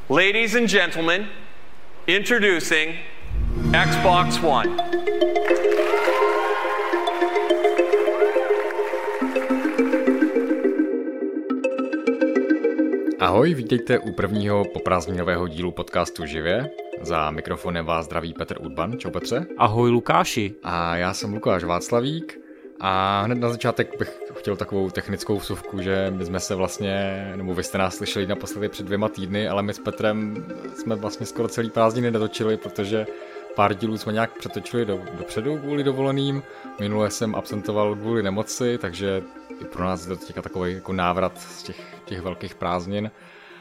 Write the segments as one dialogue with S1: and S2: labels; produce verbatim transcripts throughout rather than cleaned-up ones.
S1: Ladies and gentlemen, introducing Xbox One.
S2: Ahoj, vítejte u prvního poprázdninového dílu podcastu Živě. Za mikrofonem vás zdraví Petr Urban. Čau Petře.
S3: Ahoj Lukáši.
S2: A já jsem Lukáš Václavík. A hned na začátek bych chtěl takovou technickou vsuvku, že my jsme se vlastně, nebo vy jste nás slyšeli naposledy před dvěma týdny, ale my s Petrem jsme vlastně skoro celý prázdniny netočili, protože pár dílů jsme nějak přetočili do, dopředu kvůli dovoleným. Minule jsem absentoval kvůli nemoci, takže i pro nás je to teďka takový jako návrat z těch, těch velkých prázdnin.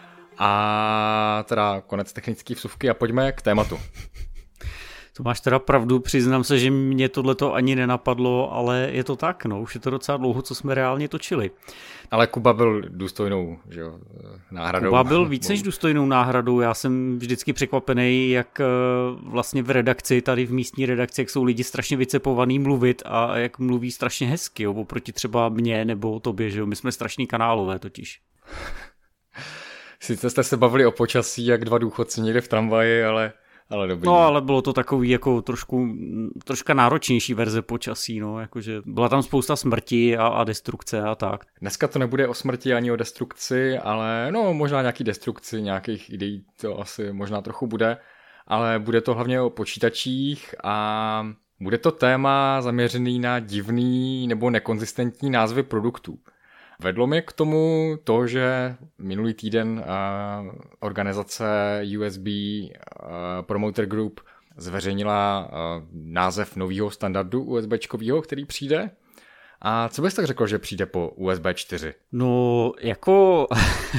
S2: A teda konec technické vsuvky a pojďme k tématu.
S3: To máš teda pravdu, přiznám se, že mě tohleto ani nenapadlo, ale je to tak, no, už je to docela dlouho, co jsme reálně točili.
S2: Ale Kuba byl důstojnou, že jo, náhradou.
S3: Kuba byl víc než důstojnou náhradou, já jsem vždycky překvapený, jak vlastně v redakci, tady v místní redakci, jak jsou lidi strašně vycepovaný mluvit a jak mluví strašně hezky, jo, oproti třeba mně nebo tobě, že jo, my jsme strašný kanálové totiž.
S2: Sice jste se bavili o počasí, jak dva důchodci někde v tramvaji, ale... Ale dobrý.
S3: No, ale bylo to takový jako trošku, troška náročnější verze počasí, no, jakože byla tam spousta smrti a, a destrukce a tak.
S2: Dneska to nebude o smrti ani o destrukci, ale no, možná nějaký destrukci, nějakých ideí to asi možná trochu bude, ale bude to hlavně o počítačích a bude to téma zaměřený na divný nebo nekonzistentní názvy produktů. Vedlo mě k tomu to, že minulý týden uh, organizace U S B uh, Promoter Group zveřejnila uh, název nového standardu USBčkového, který přijde. A co bys tak řekl, že přijde po U S B čtyři?
S3: No, jako...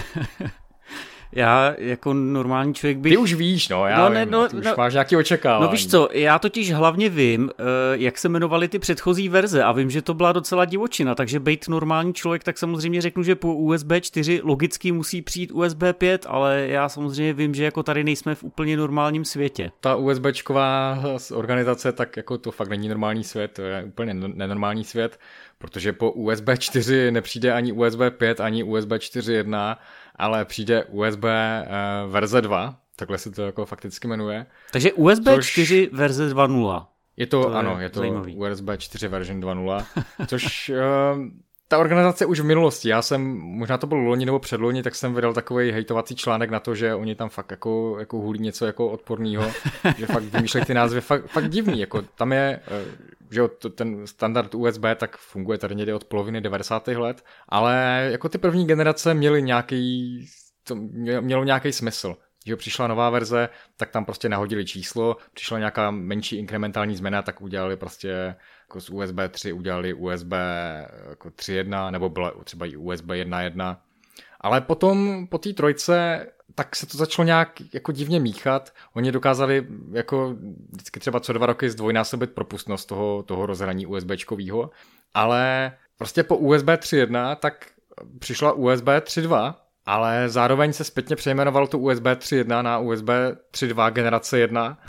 S3: Já jako normální člověk bych...
S2: Ty už víš, no, já
S3: no,
S2: vím,
S3: ne, no,
S2: ty už
S3: no,
S2: máš nějaký očekávání.
S3: No víš co, já totiž hlavně vím, jak se jmenovaly ty předchozí verze a vím, že to byla docela divočina, takže bejt normální člověk, tak samozřejmě řeknu, že po U S B čtyři logicky musí přijít U S B pět, ale já samozřejmě vím, že jako tady nejsme v úplně normálním světě.
S2: Ta USBčková organizace, tak jako to fakt není normální svět, to je úplně nenormální svět, protože po U S B čtyři nepřijde ani U S B pět, ani U S B čtyři jedna, ale přijde U S B uh, verze dva, takhle se to jako fakticky jmenuje.
S3: Takže U S B čtyři což... verze dva tečka nula.
S2: Je to, to ano, je, je to zajímavý. U S B čtyři version dva tečka nula, což uh, ta organizace už v minulosti, já jsem, možná to bylo loni nebo předloni, tak jsem vydal takový hejtovací článek na to, že oni tam fakt jako, jako hulí něco jako odporného, že fakt vymýšlejí ty názvy fakt, fakt divný, jako tam je... Uh, že jo, ten standard U S B tak funguje tady někde od poloviny devadesátých let, ale jako ty první generace měly nějaký, to mělo nějaký smysl. Že přišla nová verze, tak tam prostě nahodili číslo, přišla nějaká menší inkrementální změna, tak udělali prostě jako z U S B tři udělali U S B jako tři tečka jedna, nebo byla třeba i U S B jedna tečka jedna. Ale potom po té trojce tak se to začalo nějak jako divně míchat. Oni dokázali jako vždycky třeba co dva roky zdvojnásobit propustnost toho, toho rozhraní USBčkovýho, ale prostě po U S B tři tečka jedna tak přišla U S B tři tečka dva, ale zároveň se zpětně přejmenovalo to U S B tři tečka jedna na U S B tři tečka dva generace jedna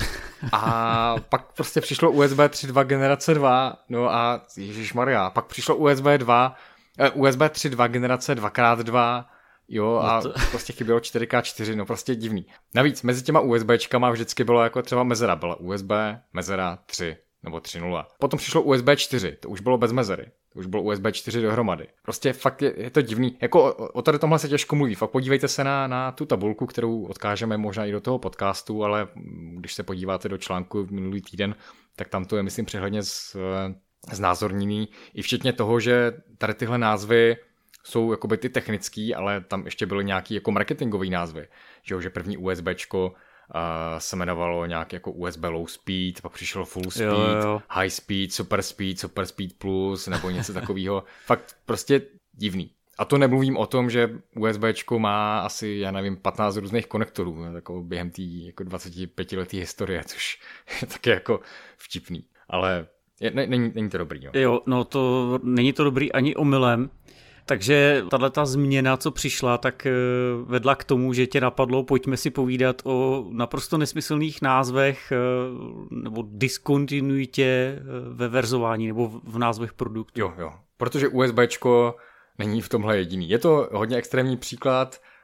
S2: a pak prostě přišlo U S B tři tečka dva generace dva, no a ježišmarja, pak přišlo U S B dva, eh, U S B tři tečka dva generace dva krát dva, jo, a no to... prostě chybělo čtyři krát čtyři, no prostě divný. Navíc mezi těma USBčkama vždycky bylo jako třeba mezera, byla U S B, mezera tři nebo tři tečka nula. Potom přišlo U S B čtyři, to už bylo bez mezery, to už bylo U S B čtyři dohromady. Prostě fakt je, je to divný, jako o, o tady tomhle se těžko mluví, fakt podívejte se na, na tu tabulku, kterou odkážeme možná i do toho podcastu, ale když se podíváte do článku minulý týden, tak tam to je, myslím, přehledně z, znázorněný, i včetně toho, že tady tyhle názvy jsou jakoby ty technický, ale tam ještě byly nějaký jako marketingový názvy, že, že první USBčko uh, se jmenovalo nějak jako U S B low speed, pak přišlo full speed, jo, jo. high speed, super speed, super speed plus, nebo něco takového. Fakt prostě divný. A to nemluvím o tom, že USBčko má asi, já nevím, patnáct různých konektorů, jako během té jako dvacetipětileté historie, což je taky jako vtipný. Ale je, ne, není, není to dobrý. Jo.
S3: jo, no to není to dobrý ani omylem. Takže tato změna, co přišla, tak vedla k tomu, že tě napadlo, pojďme si povídat o naprosto nesmyslných názvech nebo diskontinuitě ve verzování nebo v názvech produktů.
S2: Jo, jo, protože USBčko není v tomhle jediný. Je to hodně extrémní příklad,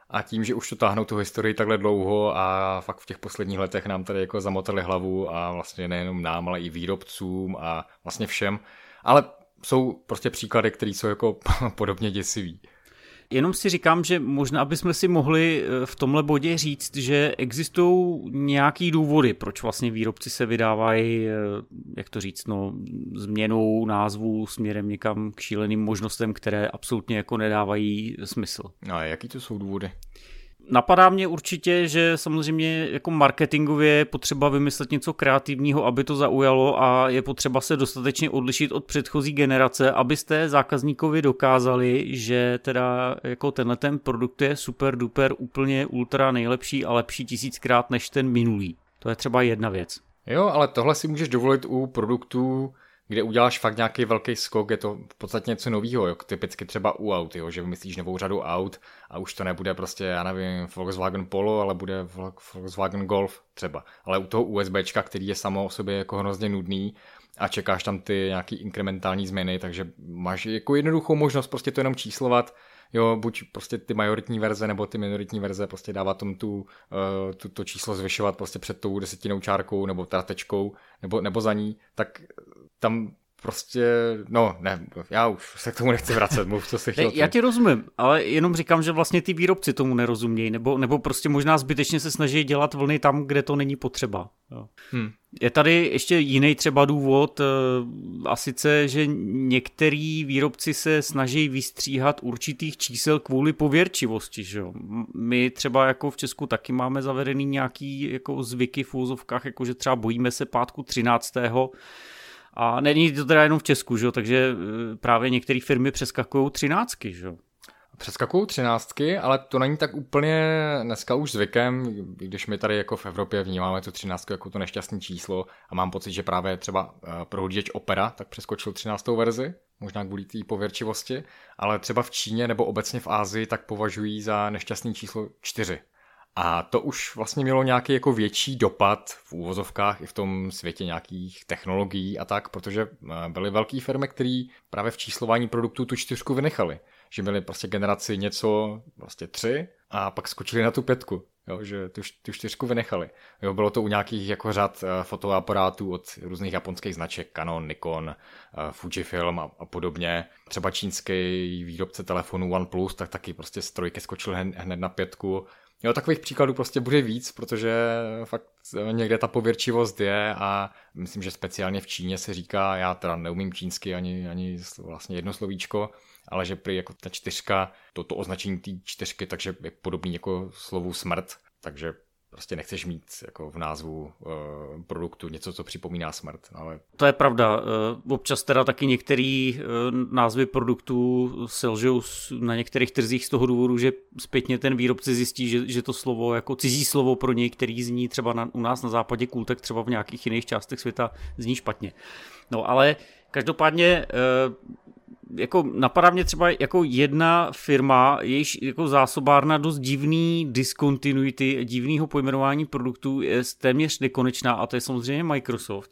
S2: A tím, že už to táhnou tu historii takhle dlouho a fakt v těch posledních letech nám tady jako zamotali hlavu a vlastně nejenom nám, ale i výrobcům a vlastně všem. Ale jsou prostě příklady, které jsou jako podobně děsivý.
S3: Jenom si říkám, že možná bychom si mohli v tomhle bodě říct, že existují nějaký důvody, proč vlastně výrobci se vydávají, jak to říct, no, změnou názvu směrem někam k šíleným možnostem, které absolutně jako nedávají smysl.
S2: No a jaký to jsou důvody?
S3: Napadá mě určitě, že samozřejmě jako marketingově je potřeba vymyslet něco kreativního, aby to zaujalo a je potřeba se dostatečně odlišit od předchozí generace, abyste zákazníkovi dokázali, že teda jako tenhle ten produkt je super duper úplně ultra nejlepší a lepší tisíckrát než ten minulý. To je třeba jedna věc.
S2: Jo, ale tohle si můžeš dovolit u produktů, kde uděláš fakt nějaký velký skok, je to v podstatě něco novýho, jo? Typicky třeba u aut, jo? Že vymyslíš novou řadu aut a už to nebude prostě, já nevím, Volkswagen Polo, ale bude Volkswagen Golf třeba. Ale u toho USBčka, který je samo o sobě jako hrozně nudný a čekáš tam ty nějaký inkrementální změny, takže máš jako jednoduchou možnost prostě to jenom číslovat, jo, buď prostě ty majoritní verze nebo ty minoritní verze prostě dávat tomu tu, uh, tu, to číslo zvyšovat prostě před tou desetinou čárkou nebo teda tečkou nebo, nebo za ní, tak tam prostě, no ne, já už se k tomu nechci vracet, mluv, co se chtěl.
S3: Já ti rozumím, ale jenom říkám, že vlastně ty výrobci tomu nerozumějí, nebo, nebo prostě možná zbytečně se snaží dělat vlny tam, kde to není potřeba. Jo. Hmm. Je tady ještě jiný třeba důvod, a sice, že některý výrobci se snaží vystříhat určitých čísel kvůli pověrčivosti. Že? My třeba jako v Česku taky máme zavedený nějaký jako zvyky v úzovkách, jako že třeba bojíme se pátku třináctého A není to teda jenom v Česku, že? Takže právě některé firmy přeskakují třináctky. Že?
S2: Přeskakují třináctky, ale to není tak úplně dneska už zvykem, když my tady jako v Evropě vnímáme tu třináctku jako to nešťastné číslo a mám pocit, že právě třeba prohlížeč Opera tak přeskočil třináctou verzi, možná kvůli té pověrčivosti, ale třeba v Číně nebo obecně v Asii tak považují za nešťastné číslo čtyři. A to už vlastně mělo nějaký jako větší dopad v úvozovkách i v tom světě nějakých technologií a tak, protože byly velké firmy, které právě v číslování produktů tu čtyřku vynechali. Že měli prostě generaci něco, vlastně tři a pak skočili na tu pětku, jo, že tu, tu čtyřku vynechali. Jo, bylo to u nějakých jako řad fotoaparátů od různých japonských značek, Canon, Nikon, Fujifilm a, a podobně. Třeba čínský výrobce telefonů OnePlus, tak taky prostě z trojky skočil hned na pětku. Jo, takových příkladů prostě bude víc, protože fakt někde ta pověrčivost je a myslím, že speciálně v Číně se říká, já teda neumím čínsky ani, ani vlastně jedno slovíčko, ale že prý jako ta čtyřka, to, to označení té čtyřky, takže je podobný jako slovu smrt, takže prostě nechceš mít jako v názvu uh, produktu něco, co připomíná smrt. Ale...
S3: To je pravda. Uh, občas teda taky některé uh, názvy produktů selžou na některých trzích z toho důvodu, že zpětně ten výrobce zjistí, že, že to slovo, jako cizí slovo pro něj, který zní třeba na, u nás na západě cool, tak třeba v nějakých jiných částech světa zní špatně. No ale každopádně uh, jako napadá mě třeba jako jedna firma, jejíž jako zásobárna dost divný diskontinuity, divného pojmenování produktů je téměř nekonečná a to je samozřejmě Microsoft.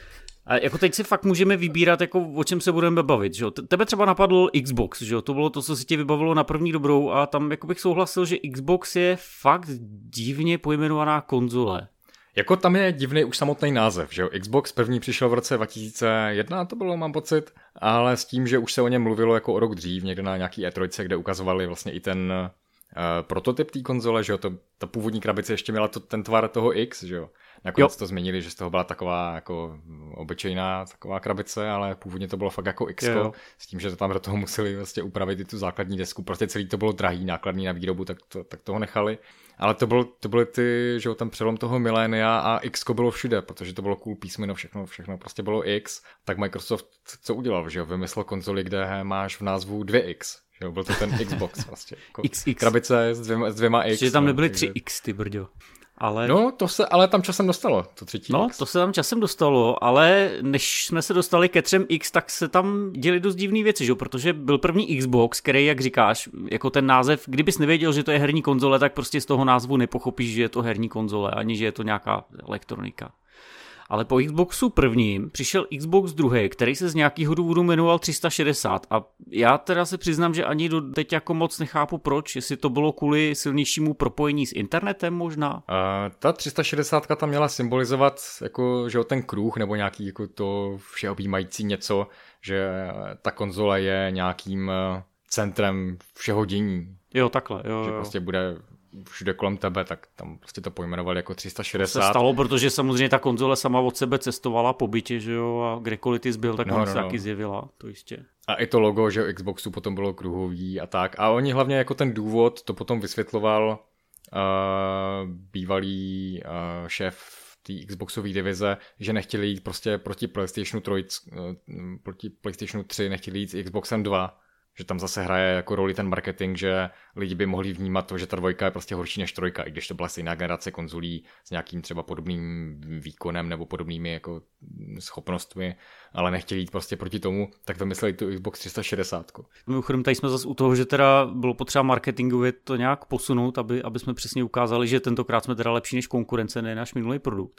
S3: A jako teď si fakt můžeme vybírat, jako o čem se budeme bavit. Že? Tebe třeba napadl Xbox, že? To bylo to, co si ti vybavilo na první dobrou a tam jako bych souhlasil, že Xbox je fakt divně pojmenovaná konzole.
S2: Jako tam je divný už samotný název, že jo? Xbox první přišel v roce dva tisíce jedna, to bylo, mám pocit, ale s tím, že už se o něm mluvilo jako o rok dřív, někde na nějaký E tři, kde ukazovali vlastně i ten uh, prototyp té konzole, že jo? To, ta původní krabice ještě měla to, ten tvar toho X, že jo? Nakonec jo. To změnili, že z toho byla taková jako obyčejná taková krabice, ale původně to bylo fakt jako X, s tím, že to tam do toho museli vlastně upravit i tu základní desku, prostě celý to bylo drahý, nákladný na výrobu, tak, to, tak toho nechali. Ale to, byl, to byly ty, že jo, ten přelom toho milénia a X bylo všude, protože to bylo cool písmeno, všechno, všechno prostě bylo X. Tak Microsoft co udělal, že jo, vymyslel konzoli, kde máš v názvu dvě X, že jo, byl to ten Xbox vlastně. Jako
S3: X X.
S2: Krabice s dvěma, s dvěma X.
S3: Že tam nebyly
S2: no, takže...
S3: tři X, ty brďo. Ale...
S2: No, to se, ale tam časem dostalo, to třetí
S3: No,
S2: X.
S3: to se tam časem dostalo, ale než jsme se dostali ke třem X, tak se tam děli dost divný věci, že? Protože byl první Xbox, který, jak říkáš, jako ten název, kdybys nevěděl, že to je herní konzole, tak prostě z toho názvu nepochopíš, že je to herní konzole, ani že je to nějaká elektronika. ale po Xboxu prvním přišel Xbox druhý, který se z nějakého důvodu jmenoval tři sta šedesát a já teda se přiznám, že ani do teď jako moc nechápu proč, jestli to bylo kvůli silnějšímu propojení s internetem možná.
S2: Uh, ta tři sta šedesát tam měla symbolizovat jako, že ten kruh nebo nějaký jako to všeobjímající něco, že ta konzole je nějakým centrem všeho dění.
S3: Jo, takhle. Jo,
S2: že
S3: jo.
S2: prostě bude všude kolem tebe, tak tam prostě to pojmenovali jako tři sta šedesát.
S3: To se stalo, protože samozřejmě ta konzole sama od sebe cestovala po bytě, že jo, a kdekoliv ty zbyl, tak no, ona no, se no. taky zjevila, to jistě.
S2: A i to logo, že Xboxu potom bylo kruhový a tak. A oni hlavně jako ten důvod, to potom vysvětloval uh, bývalý uh, šéf té Xboxové divize, že nechtěli jít prostě proti PlayStationu tři, uh, proti PlayStationu tři, nechtěli jít s Xboxem dva. Že tam zase hraje jako roli ten marketing, že lidi by mohli vnímat to, že ta dvojka je prostě horší než trojka, i když to byla stejná generace konzolí s nějakým třeba podobným výkonem nebo podobnými jako schopnostmi, ale nechtěli jít prostě proti tomu, tak vymysleli tu Xbox tři sta šedesát.
S3: Mimochodem, tady jsme zase u toho, že teda bylo potřeba marketingově to nějak posunout, aby, aby jsme přesně ukázali, že tentokrát jsme teda lepší než konkurence, ne náš minulý produkt.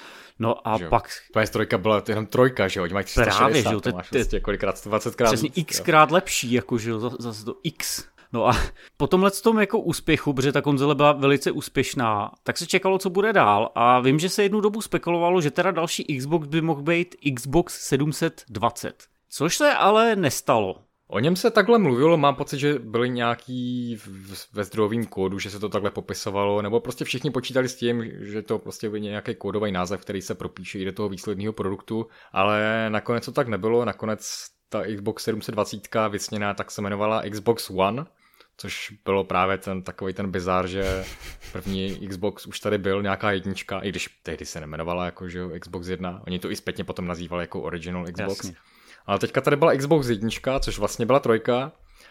S3: No a
S2: že
S3: pak...
S2: P S tři byla jenom trojka, že jo, oni mají tři sta šedesát,
S3: právě, že jo,
S2: to máš prostě kolikrát sto dvacet krát.
S3: Přesně xkrát lepší, jako že jo, zase to X. No a po tomhle tom jako úspěchu, protože ta konzole byla velice úspěšná, tak se čekalo, co bude dál a vím, že se jednu dobu spekulovalo, že teda další Xbox by mohl být Xbox sedm set dvacet. Což se ale nestalo.
S2: O něm se takhle mluvilo, mám pocit, že byly nějaký ve zdrojovém kódu, že se to takhle popisovalo, nebo prostě všichni počítali s tím, že to prostě bude nějaký kódový název, který se propíše i do toho výsledného produktu, ale nakonec to tak nebylo, nakonec ta Xbox sedm set dvacet vysněná tak se jmenovala Xbox One, což bylo právě ten takový ten bizár, že první Xbox už tady byl, nějaká jednička, i když tehdy se nemenovala jako že Xbox jedna, oni to i zpětně potom nazývali jako Original Xbox. Jasně. Ale teďka tady byla Xbox jednička, což vlastně byla trojka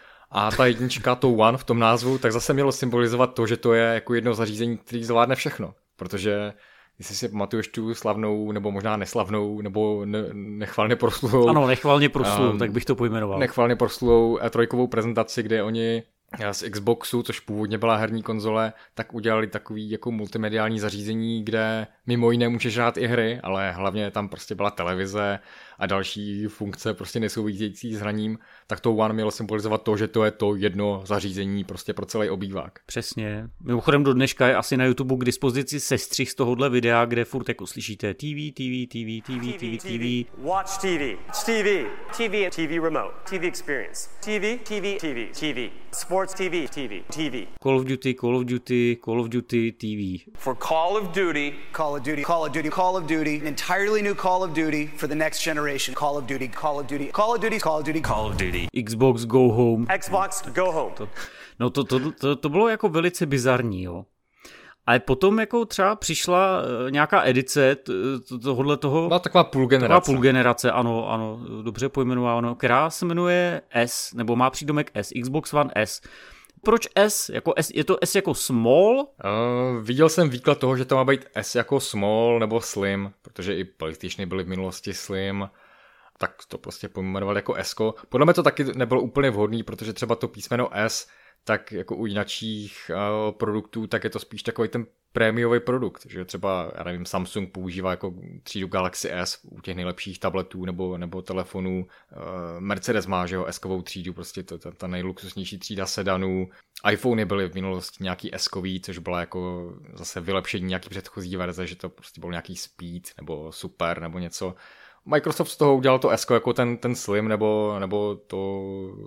S2: a ta jednička, to One v tom názvu, tak zase mělo symbolizovat to, že to je jako jedno zařízení, který zvládne všechno. Protože jestli si pamatuješ tu slavnou, nebo možná neslavnou, nebo ne, nechvalně proslulou...
S3: Ano, nechvalně proslulou, um, tak bych to pojmenoval.
S2: Nechvalně proslulou trojkovou prezentaci, kde oni z Xboxu, což původně byla herní konzole, tak udělali takový jako multimediální zařízení, kde mimo jiné můžeš hrát i hry, ale hlavně tam prostě byla televize a další funkce prostě nesouvisející s hraním, tak to One mělo symbolizovat to, že to je to jedno zařízení prostě pro celý obývák.
S3: Přesně. Mimochodem do dneška je asi na YouTube k dispozici sestřih z tohohle videa, kde furt jako slyšíte T V, T V, T V, T V, T V, T V.
S4: Watch T V, T V, T V, T V remote, T V experience, T V, T V, T V, T V, sports T V, T V, T V.
S3: Call of Duty, Call of Duty, Call of Duty, T V.
S1: For Call of Duty,
S5: Call of Duty, Call of Duty, Call of Duty, an entirely new Call of Duty for the next generation. Call of Duty, Call of Duty, Call of Duty, Call of Duty, Call of Duty.
S3: Xbox Go Home.
S4: Xbox Go Home.
S3: To, no to, to, to, to bylo jako velice bizarní, jo. Ale potom jako třeba přišla nějaká edice tohohle toho...
S2: Byla taková půl generace.
S3: Taková půl generace, ano, ano, dobře pojmenováno, která se jmenuje S, nebo má přídomek S, Xbox One S. Proč S? Jako S? Je to S jako small?
S2: Uh, viděl jsem výklad toho, že to má být S jako small nebo slim, protože i PlayStationy byly v minulosti slim, tak to prostě pojmenovali jako S-ko. Podle mě to taky nebylo úplně vhodný, protože třeba to písmeno S, tak jako u jinačích uh, produktů, tak je to spíš takový ten prémiový produkt, že třeba, já nevím, Samsung používá jako třídu Galaxy S u těch nejlepších tabletů nebo, nebo telefonů, uh, Mercedes má, že jo, S-kovou třídu, prostě to, ta, ta nejluxusnější třída sedanů, iPhony byly v minulosti nějaký S-kový, což byla jako zase vylepšení nějaký předchozí verze, že to prostě byl nějaký Speed nebo Super nebo něco. Microsoft z toho udělal to S jako ten, ten Slim nebo, nebo to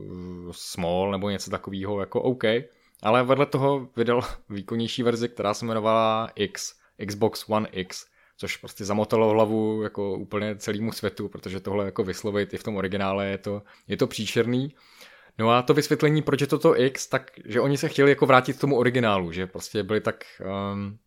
S2: Small nebo něco takového jako OK. Ale vedle toho vydal výkonnější verzi, která se jmenovala X, Xbox One X, což prostě zamotalo hlavu jako úplně celému světu, protože tohle jako vyslovit i v tom originále je to, je to příšerný. No a to vysvětlení, proč je toto X, tak že oni se chtěli jako vrátit k tomu originálu, že prostě byli tak um,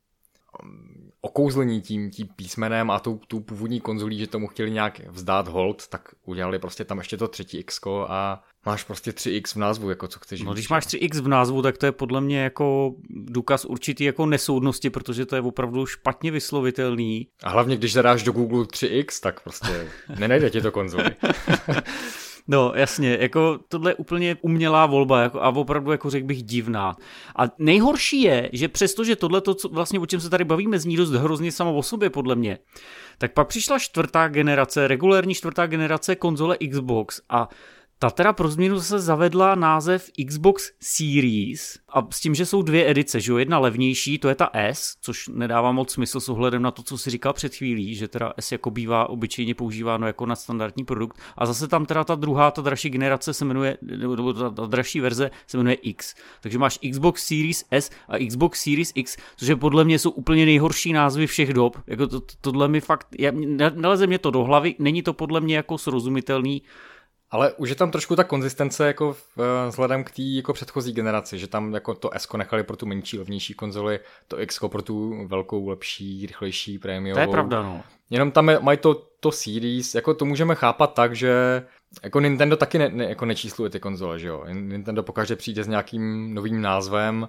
S2: okouzlení tím, tím písmenem a tou, tou původní konzolí, že tomu chtěli nějak vzdát hold, tak udělali prostě tam ještě to třetí X-ko a máš prostě tři X v názvu, jako co chceš.
S3: No když máš tři X v názvu, tak to je podle mě jako důkaz určitý jako nesoudnosti, protože to je opravdu špatně vyslovitelný.
S2: A hlavně, když zadáš do Google tři X, tak prostě nenajde ti to konzoli.
S3: No, jasně, jako tohle je úplně umělá volba jako, a opravdu, jako řekl bych, divná. A nejhorší je, že přesto, že tohle, to, co vlastně o čem se tady bavíme, zní dost hrozně samo o sobě, podle mě, tak pak přišla čtvrtá generace, regulérní čtvrtá generace konzole Xbox a ta teda pro změnu zase zavedla název Xbox Series a s tím, že jsou dvě edice, že jo, jedna levnější, to je ta S, což nedává moc smysl s ohledem na to, co si říkal před chvílí, že teda S jako bývá obyčejně používáno jako nadstandardní produkt a zase tam teda ta druhá, ta dražší generace se jmenuje, nebo ta, ta dražší verze se jmenuje X, takže máš Xbox Series S a Xbox Series X, což je podle mě jsou úplně nejhorší názvy všech dob, jako to, to, tohle mi fakt, já, neleze mě to do hlavy, není to podle mě jako srozumitelný.
S2: Ale už je tam trošku ta konzistence jako vzhledem k té jako předchozí generaci, že tam jako to S nechali pro tu menší, levnější konzoli, to X pro tu velkou, lepší, rychlejší, prémiovou.
S3: To je pravda, no.
S2: Jenom tam je, mají to, to Series, jako to můžeme chápat tak, že jako Nintendo taky ne, ne, jako nečísluje ty konzole, že jo. Nintendo pokaždé přijde s nějakým novým názvem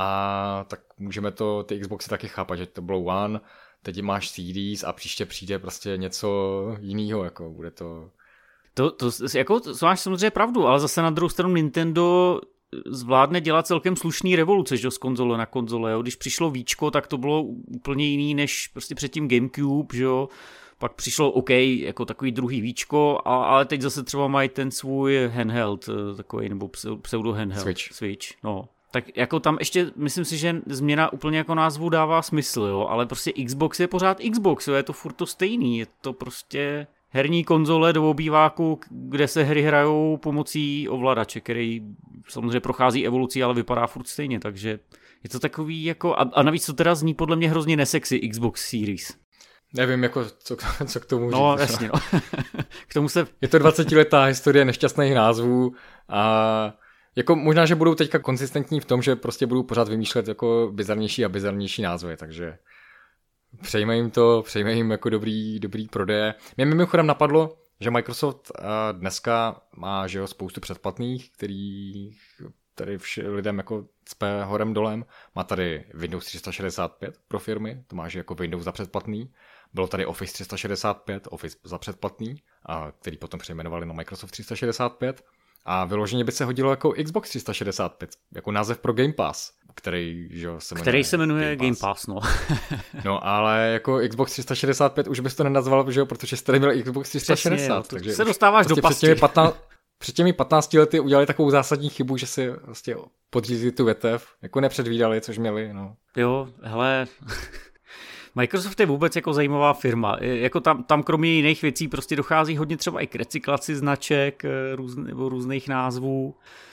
S2: a tak můžeme to, ty Xboxy taky chápat, že to bylo One, teď máš Series a příště přijde prostě něco jiného, jako bude to...
S3: To, to, jako, to máš samozřejmě pravdu, ale zase na druhou stranu Nintendo zvládne dělat celkem slušný revoluce, že, z konzole na konzole. Jo. Když přišlo Víčko, tak to bylo úplně jiný než prostě předtím GameCube, že jo. Pak přišlo OK, jako takový druhý Víčko, a, ale teď zase třeba mají ten svůj handheld, takový, nebo pseudo handheld.
S2: Switch.
S3: Switch, no. Tak jako tam ještě, myslím si, že změna úplně jako názvu dává smysl, jo, ale prostě Xbox je pořád Xbox, jo, je to furt to stejný, je to prostě... herní konzole do obýváku, kde se hry hrajou pomocí ovladače, který samozřejmě prochází evolucí, ale vypadá furt stejně, takže je to takový jako, a, a navíc to teda zní podle mě hrozně nesexy Xbox Series.
S2: Nevím, jako, co, co k tomu
S3: No,
S2: říct.
S3: jasně, no. K tomu se...
S2: Je to dvacetiletá historie nešťastných názvů a jako možná, že budou teďka konzistentní v tom, že prostě budou pořád vymýšlet jako bizarnější a bizarnější názvy, takže... Přejme jim to, přejme jim jako dobrý, dobrý prodeje. Mě mimochodem napadlo, že Microsoft dneska má, že jo, spoustu předplatných, který tady vš- lidem jako cpe horem dolem. Má tady Windows tři sta šedesát pět pro firmy, to máš jako Windows za předplatný. Bylo tady Office tři sta šedesát pět, Office za předplatný, a který potom přejmenovali na Microsoft tři sta šedesát pět. A vyloženě by se hodilo jako Xbox tři sta šedesát pět, jako název pro Game Pass, který, že se jmenuje,
S3: který se jmenuje
S2: Game Pass,
S3: Game Pass no.
S2: No, ale jako Xbox tři sta šedesát pět už bys to nenazval, že jo, protože jsi tady měl Xbox tři sta šedesát.
S3: Přesně,
S2: takže
S3: se dostáváš
S2: prostě
S3: do pasti.
S2: Před těmi, patnáct, před těmi patnácti lety udělali takovou zásadní chybu, že si vlastně podřízli tu větev, jako nepředvídali, což měli, no.
S3: Jo, hele... Microsoft je vůbec jako zajímavá firma. Jako tam, tam kromě jiných věcí prostě dochází hodně třeba i k recyklaci značek růz, nebo různých názvů.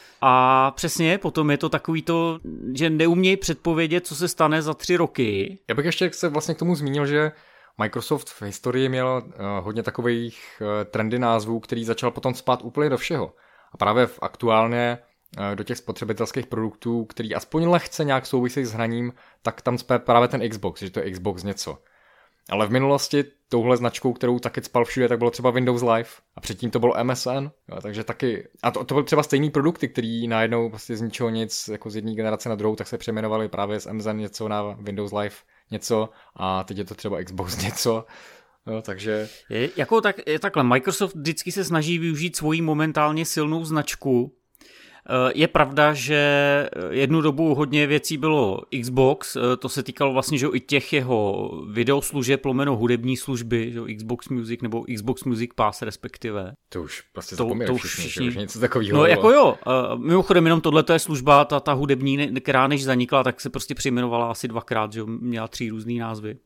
S3: A přesně, potom je to takový to, že neumějí předpovědět, co se stane za tři roky.
S2: Já bych ještě se vlastně k tomu zmínil, že Microsoft v historii měl uh, hodně takových uh, trendy názvů, který začal potom spát úplně do všeho. A právě v aktuálně uh, do těch spotřebitelských produktů, který aspoň lehce nějak souvisí s hraním, tak tam spé právě ten Xbox, že to je Xbox něco. Ale v minulosti touhle značkou, kterou taky cpal všude, tak bylo třeba Windows Live a předtím to bylo M S N, jo, takže taky, a to, to byly třeba stejný produkty, který najednou prostě z ničeho nic, jako z jedné generace na druhou, tak se přejmenovali právě z M S N něco na Windows Live něco a teď je to třeba Xbox něco, jo, takže...
S3: Je, jako tak, je takhle, Microsoft vždycky se snaží využít svoji momentálně silnou značku. Je pravda, že jednu dobu hodně věcí bylo Xbox, to se týkalo vlastně, že i těch jeho videoslužeb, lomeno hudební služby, že Xbox Music nebo Xbox Music Pass respektive.
S2: To už prostě zapomněli všichni, všichni, že už něco takového.
S3: No jako jo, mimochodem jenom tohle je služba, ta, ta hudební, která než zanikla, tak se prostě přejmenovala asi dvakrát, že měla tři různý názvy.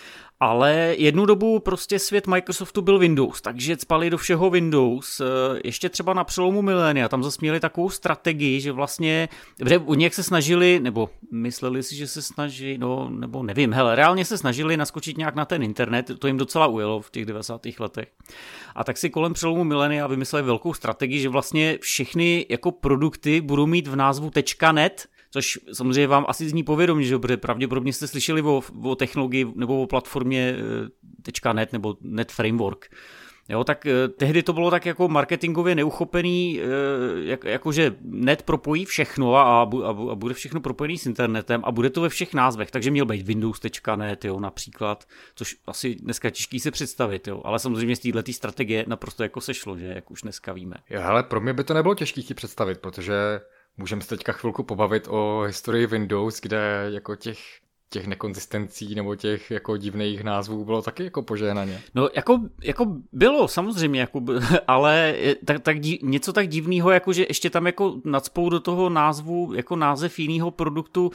S3: Ale jednu dobu prostě svět Microsoftu byl Windows, takže cpali do všeho Windows, ještě třeba na přelomu milénia, tam zase měli takovou strategii, že vlastně, protože oni jak se snažili, nebo mysleli si, že se snaží, no, nebo nevím, hele, reálně se snažili naskočit nějak na ten internet, to jim docela ujelo v těch devadesátých letech. A tak si kolem přelomu milénia vymysleli velkou strategii, že vlastně všechny jako produkty budou mít v názvu .net, což samozřejmě vám asi zní povědomí, že protože pravděpodobně jste slyšeli o, o technologii nebo o platformě .net nebo Net Framework. Jo, tak eh, tehdy to bylo tak jako marketingově neuchopený, eh, jak, jakože net propojí všechno a, a, a bude všechno propojený s internetem a bude to ve všech názvech, takže měl být windows tečka net, jo, například, což asi dneska těžký se představit, jo, ale samozřejmě z této strategie naprosto jako sešlo, že, jak už dneska víme.
S2: Jo, hele, pro mě by to nebylo těžký si představit, protože můžeme se teďka chvilku pobavit o historii Windows, kde jako těch těch nekonzistencí nebo těch jako divných názvů bylo taky jako požehnaně.
S3: No jako, jako bylo samozřejmě, jako, ale tak, tak div, něco tak divného, jako že ještě tam jako nacpou do toho názvu jako název jiného produktu,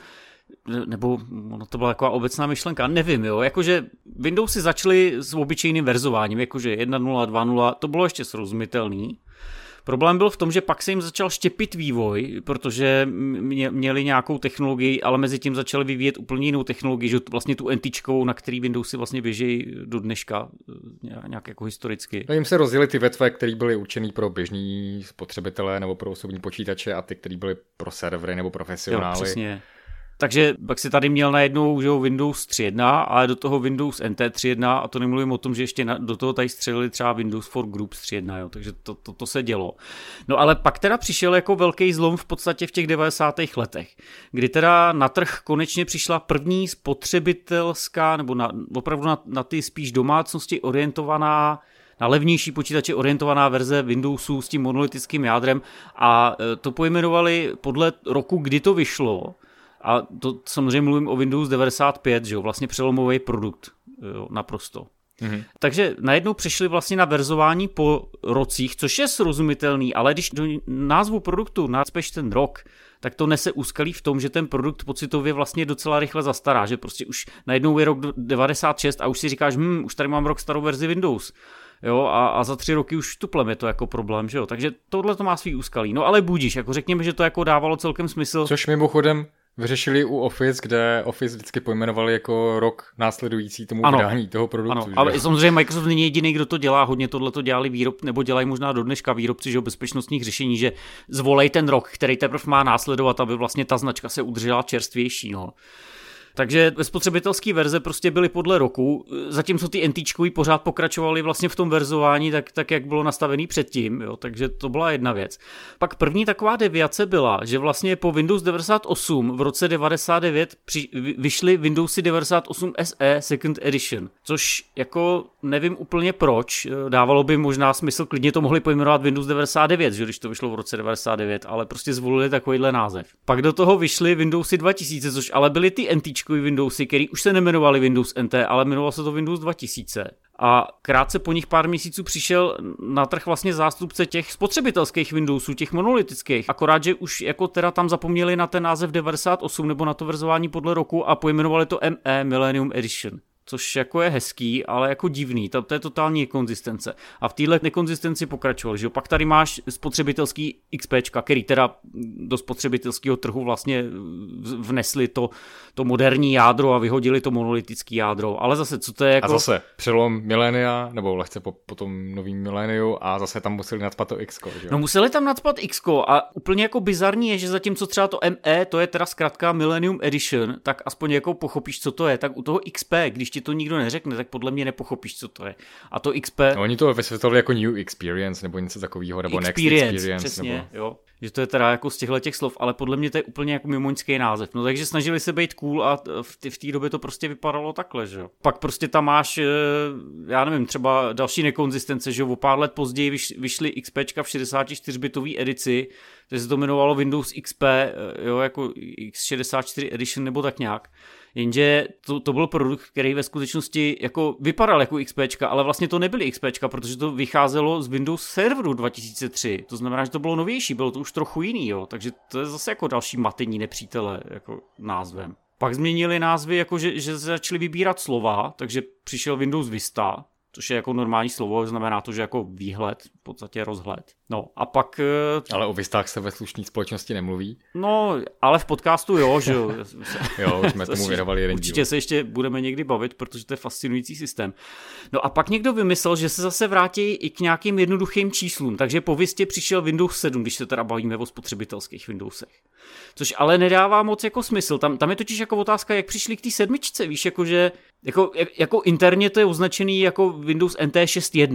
S3: nebo ono to byla taková obecná myšlenka, nevím, jo, jakože Windowsy začaly s obyčejným verzováním, jakože jedna tečka nula, dva tečka nula, to bylo ještě srozumitelný. Problém byl v tom, že pak se jim začal štěpit vývoj, protože měli nějakou technologii, ale mezi tím začali vyvíjet úplně jinou technologii, že vlastně tu entičkovou, na který Windowsy vlastně běžejí do dneška, nějak jako historicky.
S2: No jim se rozdělily ty větve, které byly určený pro běžní spotřebitele nebo pro osobní počítače a ty, které byly pro servery nebo profesionály.
S3: Jo, přesně. Takže pak si tady měl najednou, že Windows tři tečka jedna a do toho Windows N T tři tečka jedna a to nemluvím o tom, že ještě na, do toho tady střelili třeba Windows for Groups tři tečka jedna, jo, takže to, to, to se dělo. No ale pak teda přišel jako velký zlom v podstatě v těch devadesátých letech, kdy teda na trh konečně přišla první spotřebitelská, nebo na, opravdu na, na ty spíš domácnosti orientovaná, na levnější počítače orientovaná verze Windowsu s tím monolitickým jádrem a to pojmenovali podle roku, kdy to vyšlo. A to samozřejmě mluvím o Windows devadesát pět, že jo, vlastně přelomový produkt, jo, naprosto. Mm-hmm. Takže najednou přešli vlastně na verzování po rocích, což je srozumitelný, ale když do názvu produktu nacpeš ten rok, tak to nese úskalí v tom, že ten produkt pocitově vlastně docela rychle zastará, že prostě už najednou je rok devadesát šest a už si říkáš, hm, už tady mám rok starou verzi Windows. Jo, a, a za tři roky už tuplem je to jako problém, že jo, takže tohle to má svý úskalí. No ale budíš, jako řekněme, že to jako dávalo celkem smysl.
S2: Což mimochodem vyřešili u Office, kde Office vždycky pojmenovali jako rok následující tomu ano. vydání toho produktu.
S3: Ano, ale samozřejmě Microsoft není jediný, kdo to dělá, hodně tohle to dělali výrob, nebo dělají možná do dneška výrobci, že jo, bezpečnostních řešení, že zvolej ten rok, který teprve má následovat, aby vlastně ta značka se udržela čerstvější, no. Takže ve spotřebitelské verze prostě byly podle roku, zatímco ty NTčkový pořád pokračovaly vlastně v tom verzování tak, tak jak bylo nastavený předtím, jo, takže to byla jedna věc. Pak první taková deviace byla, že vlastně po Windows devadesát osm v roce devadesát devět při, vyšly Windowsy devadesát osm S E Second Edition, což jako nevím úplně proč, dávalo by možná smysl, klidně to mohli pojmenovat Windows devadesát devět, že když to vyšlo v roce devadesát devět, ale prostě zvolili takovýhle název. Pak do toho vyšly Windowsy dva tisíce, což ale byly ty NT Windowsy, který už se nejmenovaly Windows N T, ale jmenovalo se to Windows dva tisíce. A krátce po nich pár měsíců přišel na trh vlastně zástupce těch spotřebitelských Windowsů, těch monolitických. Akorát, že už jako teda tam zapomněli na ten název devadesát osm nebo na to verzování podle roku a pojmenovali to M E Millennium Edition. Což jako je hezký, ale jako divný, to, to je totální nekonzistence. A v téhle nekonzistenci pokračoval, že jo? Pak tady máš spotřebitelský XPčka, který teda do spotřebitelského trhu vlastně vnesli to, to moderní jádro a vyhodili to monolitické jádro. Ale zase, co to je jako...
S2: A zase přelom milénia, nebo lehce po, po tom novým miléniu a zase tam museli nacpat to X-ko, že jo?
S3: No museli tam nacpat X-ko a úplně jako bizarní je, že zatímco třeba to M E, to je teda zkrátka Millennium Edition, tak aspoň jako pochopíš, co to je, tak u toho X P, když ti to nikdo neřekne, tak podle mě nepochopíš, co to je. A to X P...
S2: No, oni to vysvětlovali jako New Experience, nebo něco takového, nebo
S3: experience,
S2: Next Experience.
S3: Přesně,
S2: nebo...
S3: jo. Že to je teda jako z těchto těch slov, ale podle mě to je úplně jako mimoňský název. No takže snažili se být cool a v té době to prostě vypadalo takhle, že jo. Pak prostě tam máš, já nevím, třeba další nekonzistence, že jo, o pár let později vyš, vyšly XPčka v šedesáti čtyři bitové edici, takže se to jmenovalo Windows X P, jo, jako X šedesát čtyři Edition nebo tak nějak. Jenže to, to byl produkt, který ve skutečnosti jako vypadal jako XPčka, ale vlastně to nebyly XPčka, protože to vycházelo z Windows Serveru dva tisíce tři. To znamená, že to bylo novější, bylo to už trochu jiný, jo. Takže to je zase jako další matení nepřítele jako názvem. Pak změnili názvy, jako že, že začali vybírat slova, takže přišel Windows Vista, což je jako normální slovo, znamená to, že jako výhled, v podstatě rozhled. No a pak...
S2: Ale o Vistách se ve slušné společnosti nemluví.
S3: No, ale v podcastu jo, že jo.
S2: Jo, jsme tomu věnovali jeden díl.
S3: Určitě se ještě budeme někdy bavit, protože to je fascinující systém. No a pak někdo vymyslel, že se zase vrátí i k nějakým jednoduchým číslům, takže po Vistě přišel Windows sedm, když se teda bavíme o spotřebitelských Windowsech. Což ale nedává moc jako smysl. Tam, tam je totiž jako otázka, jak přišli k té sedmičce, víš, jakože jako, jako interně to je označený jako Windows N T šest tečka jedna.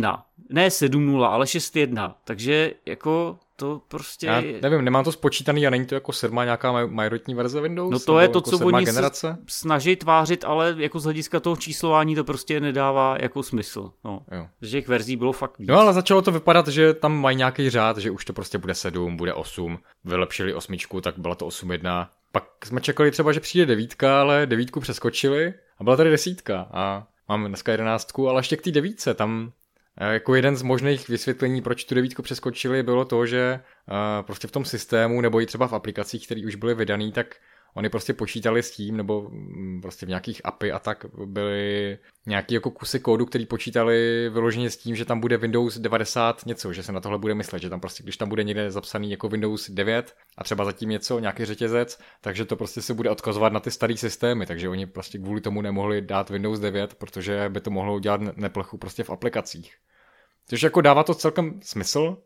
S3: ne sedm nula, ale šest jedna, takže jako to prostě...
S2: Já nevím, nemám to spočítaný a není to jako sedma nějaká majoritní verze Windows?
S3: No to je to,
S2: jako
S3: co oni
S2: generace?
S3: se snaží tvářit, ale jako z hlediska toho číslování to prostě nedává jako smysl. No. Že těch verzí bylo fakt víc.
S2: No ale začalo to vypadat, že tam mají nějaký řád, že už to prostě bude sedm, bude osm, vylepšili osmičku, tak byla to osm jedna. Pak jsme čekali třeba, že přijde devítka, ale devítku přeskočili a byla tady desítka a máme dneska jedenáctku, ale ještě k té devítce tam... Jako jeden z možných vysvětlení, proč tu devítku přeskočili, bylo to, že uh, prostě v tom systému nebo i třeba v aplikacích, které už byly vydaný, tak oni prostě počítali s tím, nebo um, prostě v nějakých A P I a tak byly nějaký jako kusy kódu, který počítali vyloženě s tím, že tam bude Windows devadesát něco, že se na tohle bude myslet, že tam prostě, když tam bude někde zapsaný jako Windows devět a třeba zatím něco, nějaký řetězec, takže to prostě se bude odkazovat na ty starý systémy, takže oni prostě kvůli tomu nemohli dát Windows devět, protože by to mohlo udělat neplechu prostě v aplikacích. Což jako dává to celkem smysl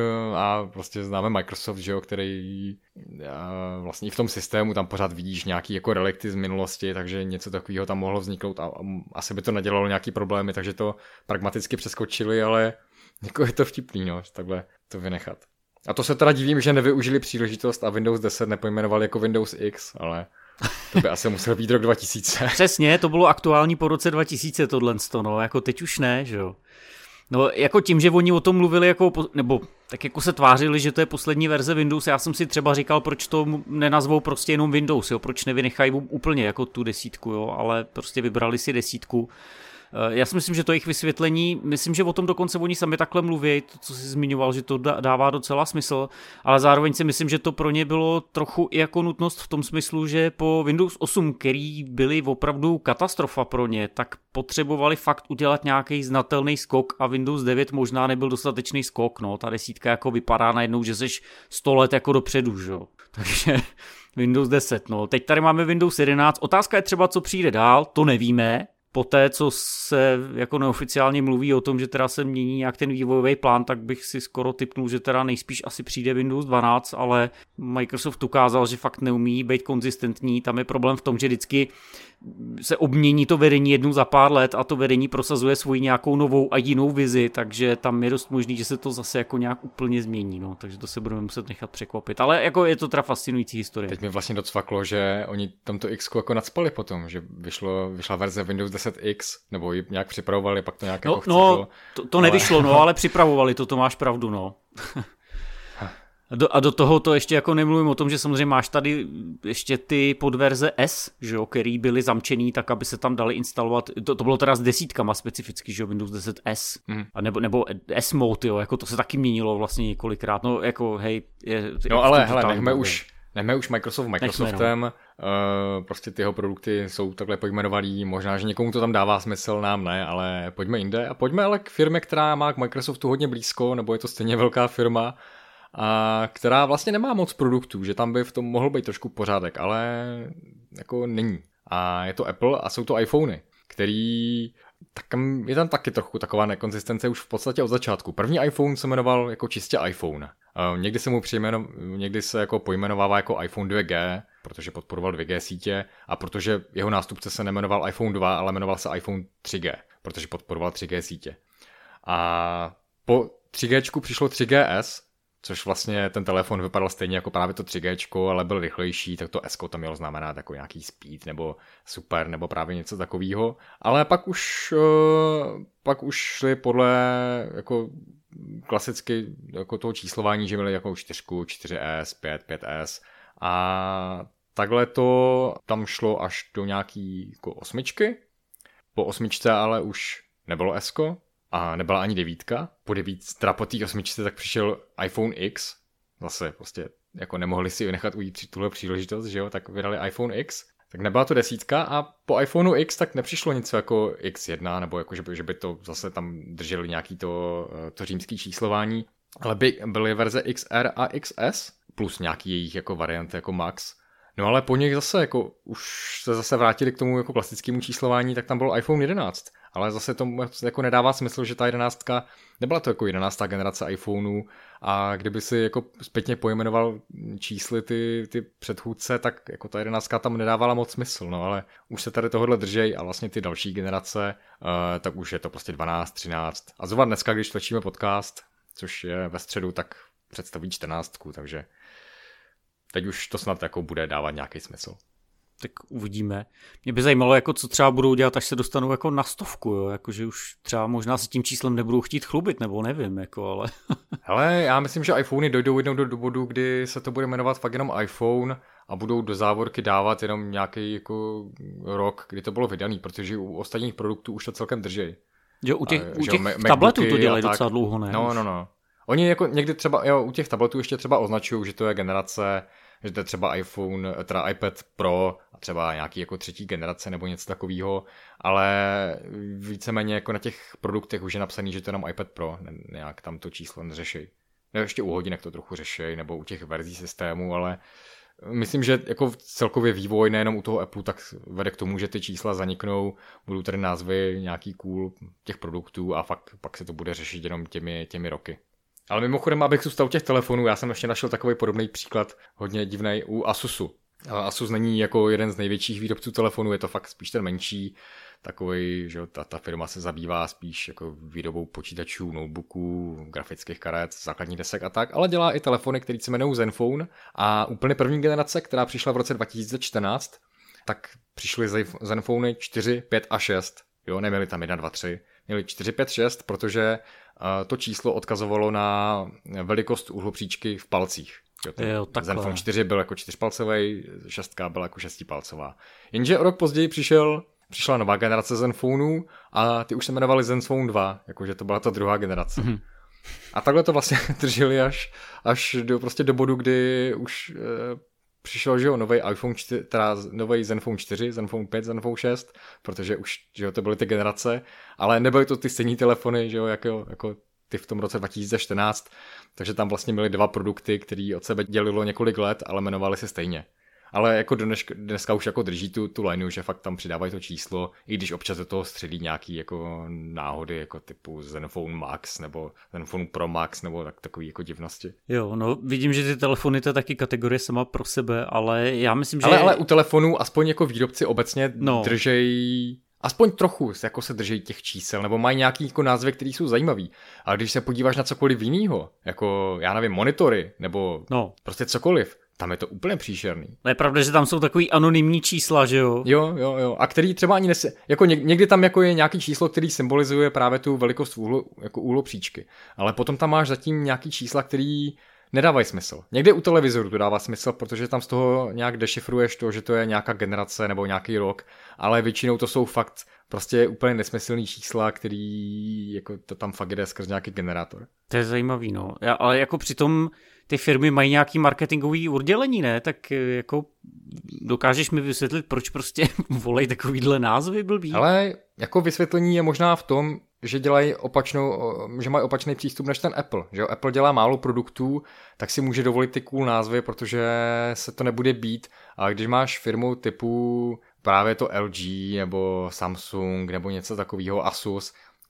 S2: a prostě známe Microsoft, že jo, který vlastně i v tom systému tam pořád vidíš nějaký jako relikty z minulosti, takže něco takového tam mohlo vzniknout a asi by to nedělalo nějaký problémy, takže to pragmaticky přeskočili, ale jako je to vtipný, no, takhle to vynechat. A to se teda divím, že nevyužili příležitost a Windows deset nepojmenovali jako Windows X, ale to by asi musel být rok dva tisíce.
S3: Přesně, to bylo aktuální po roce dva tisíce tohle, no, jako teď už ne, že jo. No jako tím, že oni o tom mluvili, jako, nebo tak jako se tvářili, že to je poslední verze Windows, já jsem si třeba říkal, proč to nenazvou prostě jenom Windows, jo, proč nevynechají úplně jako tu desítku, jo, ale prostě vybrali si desítku. Já si myslím, že to jejich vysvětlení, myslím, že o tom dokonce oni sami takhle mluví, to, co jsi zmiňoval, že to dává docela smysl, ale zároveň si myslím, že to pro ně bylo trochu i jako nutnost v tom smyslu, že po Windows osm, který byly opravdu katastrofa pro ně, tak potřebovali fakt udělat nějaký znatelný skok a Windows devět možná nebyl dostatečný skok, no, ta desítka jako vypadá najednou, že jsi sto let jako dopředu, že jo, takže... Windows deset, no, teď tady máme Windows jedenáct, otázka je třeba, co přijde dál, to nevíme. Poté, co se jako neoficiálně mluví o tom, že teda se mění nějak ten vývojový plán, tak bych si skoro tipnul, že teda nejspíš asi přijde Windows dvanáct, ale Microsoft ukázal, že fakt neumí být konzistentní. Tam je problém v tom, že vždycky se obmění to vedení jednou za pár let a to vedení prosazuje svoji nějakou novou a jinou vizi, takže tam je dost možný, že se to zase jako nějak úplně změní, no, takže to se budeme muset nechat překvapit, ale jako je to teda fascinující historie.
S2: Teď mi vlastně docvaklo, že oni tamto X jako nadspali potom, že vyšlo, vyšla verze Windows deset X, nebo ji nějak připravovali, pak to nějak
S3: no,
S2: jako chcetlo.
S3: No, to, to ale... nevyšlo, no, ale připravovali, to, to máš pravdu, no. Do, a do toho to ještě jako nemluvím o tom, že samozřejmě máš tady ještě ty podverze S, že jo, který byly zamčený tak, aby se tam dali instalovat, to, to bylo teda s desítkama specificky, že jo, Windows deset S, mm. a nebo, nebo S-Mode, jo, jako to se taky měnilo vlastně několikrát, no jako hej. Je,
S2: no ale hele, nechme už, nechme už Microsoft Microsoftem, nechme, no. uh, prostě ty jeho produkty jsou takhle pojmenovaný, možná, že někomu to tam dává smysl, nám ne, ale pojďme jinde a pojďme ale k firmě, která má k Microsoftu hodně blízko, nebo je to stejně velká firma, a která vlastně nemá moc produktů, že tam by v tom mohl být trošku pořádek, ale jako není. A je to Apple a jsou to iPhony, který, tak je tam taky trochu taková nekonzistence už v podstatě od začátku. První iPhone se jmenoval jako čistě iPhone. Někdy se mu přejmeno, někdy se jako pojmenovává jako iPhone dva G, protože podporoval dvě G sítě a protože jeho nástupce se nemenoval iPhone dva, ale jmenoval se iPhone tři G, protože podporoval tři G sítě. A po tři G přišlo tři G S, což vlastně ten telefon vypadal stejně jako právě to tři G, ale byl rychlejší, tak to S to mělo znamenat jako nějaký speed nebo super nebo právě něco takového. Ale pak už, pak už šli podle jako klasicky jako toho číslování, že měli jako čtyři, čtyři S, pět, pět S a takhle to tam šlo až do nějaký jako osmičky. Po osmičce ale už nebylo S a nebyla ani devítka. Po devítce, teda po té osmičce, tak přišel iPhone X. Zase prostě jako nemohli si nechat ujít při tuhle příležitost, že jo, tak vydali iPhone X. Tak nebyla to desítka a po iPhoneu X tak nepřišlo nic jako X jedna, nebo jako, že by, že by to zase tam drželi nějaký to, to římský číslování, ale by byly verze X R a X S plus nějaký jejich jako varianty jako Max. No ale po nich zase, jako už se zase vrátili k tomu jako klasickému číslování, tak tam byl iPhone jedenáct. Ale zase to jako nedává smysl, že ta jedenáctka nebyla to jako jedenáctá generace iPhoneů a kdyby si jako zpětně pojmenoval čísly ty, ty předchůdce, tak jako ta jedenáctka tam nedávala moc smysl, no ale už se tady tohohle držej a vlastně ty další generace, uh, tak už je to prostě dvanáct, třináct. A zrovna dneska, když točíme podcast, což je ve středu, tak představí čtrnáctku, takže teď už to snad jako bude dávat nějaký smysl.
S3: Tak uvidíme. Mě by zajímalo, jako co třeba budou dělat, až se dostanou jako na stovku, jo? Jako, že už třeba možná se tím číslem nebudou chtít chlubit, nebo nevím, jako, ale...
S2: Hele, já myslím, že iPhony dojdou jednou do bodu, kdy se to bude jmenovat fakt jenom iPhone a budou do závorky dávat jenom nějaký jako rok, kdy to bylo vydaný, protože u ostatních produktů už to celkem drží.
S3: Jo, u těch, a, u těch Mac- tabletů to dělají docela dlouho, ne?
S2: No, no, no. Oni jako někdy třeba, jo, u těch tabletů ještě třeba označují, že to je generace, že to je třeba iPhone, teda iPad Pro a třeba nějaký jako třetí generace nebo něco takového, ale víceméně jako na těch produktech už je napsaný, že to je jenom iPad Pro, ne, nějak tam to číslo neřešej. Ne, ještě u hodinek to trochu řešej, nebo u těch verzí systému, ale myslím, že jako celkově vývoj nejenom u toho Apple tak vede k tomu, že ty čísla zaniknou, budou tady názvy nějaký cool těch produktů a fakt pak se to bude řešit jenom těmi, těmi roky. Ale mimochodem, abych zůstal u těch telefonů, já jsem ještě našel takový podobný příklad, hodně divný u Asusu. Asus není jako jeden z největších výrobců telefonů, je to fakt spíš ten menší, takový, že ta, ta firma se zabývá spíš jako výrobou počítačů, notebooků, grafických karet, základních desek a tak, ale dělá i telefony, které se jmenují Zenfone a úplně první generace, která přišla v roce dva tisíce čtrnáct, tak přišly Zenfony čtyři, pět a šest, jo, neměli tam jedna, dva, tři, měli čtyři, pět, šest, protože to číslo odkazovalo na velikost uhlopříčky v palcích. Jo, Zenfone čtyři byl jako čtyřpalcový, šestka byla jako šestipalcová. Jenže o rok později přišel, přišla nová generace Zenfonů a ty už se jmenovali Zenfone dva, jakože to byla ta druhá generace. Mm-hmm. A takhle to vlastně drželi až, až do, prostě do bodu, kdy už e, přišel, že jo, nový iPhone čtyři, teda nový Zenfone čtyři, Zenfone pět, Zenfone šest, protože už, že jo, to byly ty generace, ale nebyly to ty stejné telefony, že jo, jako, jako ty v tom roce dva tisíce čtrnáct, takže tam vlastně byly dva produkty, které od sebe dělilo několik let, ale jmenovali se stejně. Ale jako dneška, dneska už jako drží tu, tu lineu, že fakt tam přidávají to číslo, i když občas do toho střelí nějaký jako náhody, jako typu Zenfone Max nebo Zenfone Pro Max nebo tak, takový jako divnosti.
S3: Jo, no vidím, že ty telefony to je taky kategorie sama pro sebe, ale já myslím, že...
S2: Ale, ale u telefonů aspoň jako výrobci obecně no. držejí... Aspoň trochu jako se drží těch čísel, nebo mají nějaký jako názvy, které jsou zajímavý. Ale když se podíváš na cokoliv jinýho, jako já nevím, monitory, nebo no. prostě cokoliv, tam je to úplně příšerný.
S3: No je pravda, že tam jsou takový anonymní čísla, že jo?
S2: Jo, jo, jo. A který třeba ani nese... Jako někdy tam jako je nějaký číslo, který symbolizuje právě tu velikost úhlu, jako úhlopříčky. Ale potom tam máš zatím nějaký čísla, který nedávají smysl. Někde u televizoru to dává smysl, protože tam z toho nějak dešifruješ to, že to je nějaká generace nebo nějaký rok, ale většinou to jsou fakt prostě úplně nesmyslný čísla, který jako to tam fakt jde skrz nějaký generátor.
S3: To je zajímavý, no. Já, ale jako přitom ty firmy mají nějaký marketingový oddělení, ne? Tak jako dokážeš mi vysvětlit, proč prostě volají takovýhle názvy blbý?
S2: Ale jako vysvětlení je možná v tom, že dělají opačnou, že mají opačný přístup než ten Apple. Že jo? Apple dělá málo produktů, tak si může dovolit ty cool názvy, protože se to nebude bít. A když máš firmu typu právě to L G nebo Samsung nebo něco takového, Asus,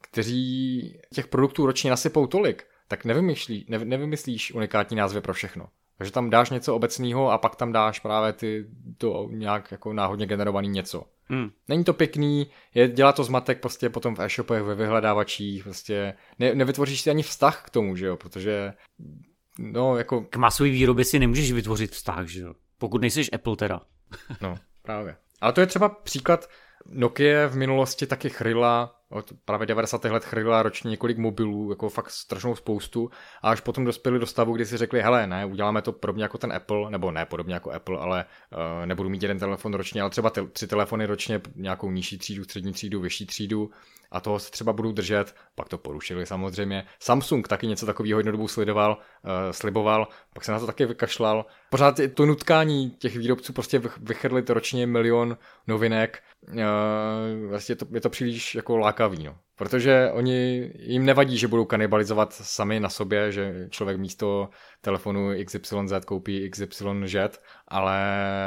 S2: kteří těch produktů ročně nasypou tolik, tak nevymyslí, ne, nevymyslíš unikátní názvy pro všechno. Takže tam dáš něco obecného a pak tam dáš právě ty, to nějak jako náhodně generovaný něco. Hmm. Není to pěkný, je, dělá to zmatek prostě potom v e-shopech, ve vyhledávačích, prostě ne, nevytvoříš si ani vztah k tomu, že jo, protože no jako...
S3: K masové výrobě si nemůžeš vytvořit vztah, že jo, pokud nejseš Apple teda.
S2: No, právě. Ale to je třeba příklad, Nokia v minulosti taky chryla, od právě devadesátých let chryla ročně několik mobilů, jako fakt strašnou spoustu, a až potom dospěli do stavu, kdy si řekli, hele, ne, uděláme to podobně jako ten Apple, nebo ne podobně jako Apple, ale uh, nebudu mít jeden telefon ročně, ale třeba te- tři telefony ročně, nějakou nižší třídu, střední třídu, vyšší třídu, a toho se třeba budou držet, pak to porušili samozřejmě. Samsung taky něco takového jednu dobu slidoval, uh, sliboval, pak se na to taky vykašlal. Pořád to nutkání těch výrobců prostě vychrlit ročně milion novinek, uh, vlastně je to, je to příliš jako lákavý, no. Protože oni, jim nevadí, že budou kanibalizovat sami na sobě, že člověk místo telefonu X Y Z koupí X Y Z, ale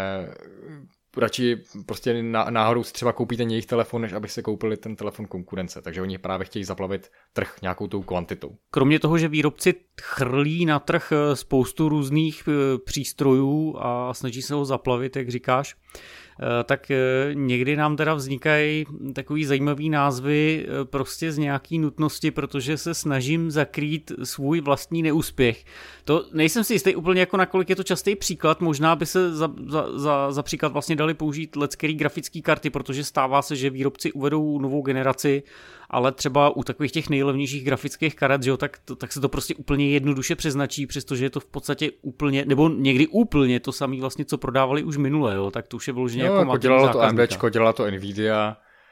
S2: radši prostě náhodou si třeba koupí ten jejich telefon, než aby se koupili ten telefon konkurence. Takže oni právě chtějí zaplavit trh nějakou tou kvantitou.
S3: Kromě toho, že výrobci chrlí na trh spoustu různých přístrojů a snaží se ho zaplavit, jak říkáš, tak někdy nám teda vznikají takový zajímavý názvy prostě z nějaký nutnosti, protože se snažím zakrýt svůj vlastní neúspěch. To nejsem si jistý úplně jako nakolik je to častý příklad, možná by se za, za, za, za příklad vlastně dali použít leckerý grafické karty, protože stává se, že výrobci uvedou novou generaci, ale třeba u takových těch nejlevnějších grafických karet, že jo, tak, to, tak se to prostě úplně jednoduše přeznačí, přestože je to v podstatě úplně, nebo někdy úplně to samé vlastně, co prodávali už minule, jo, tak to už je vyloženě jako, jako
S2: dělalo to AMDčko, dělalo to Nvidia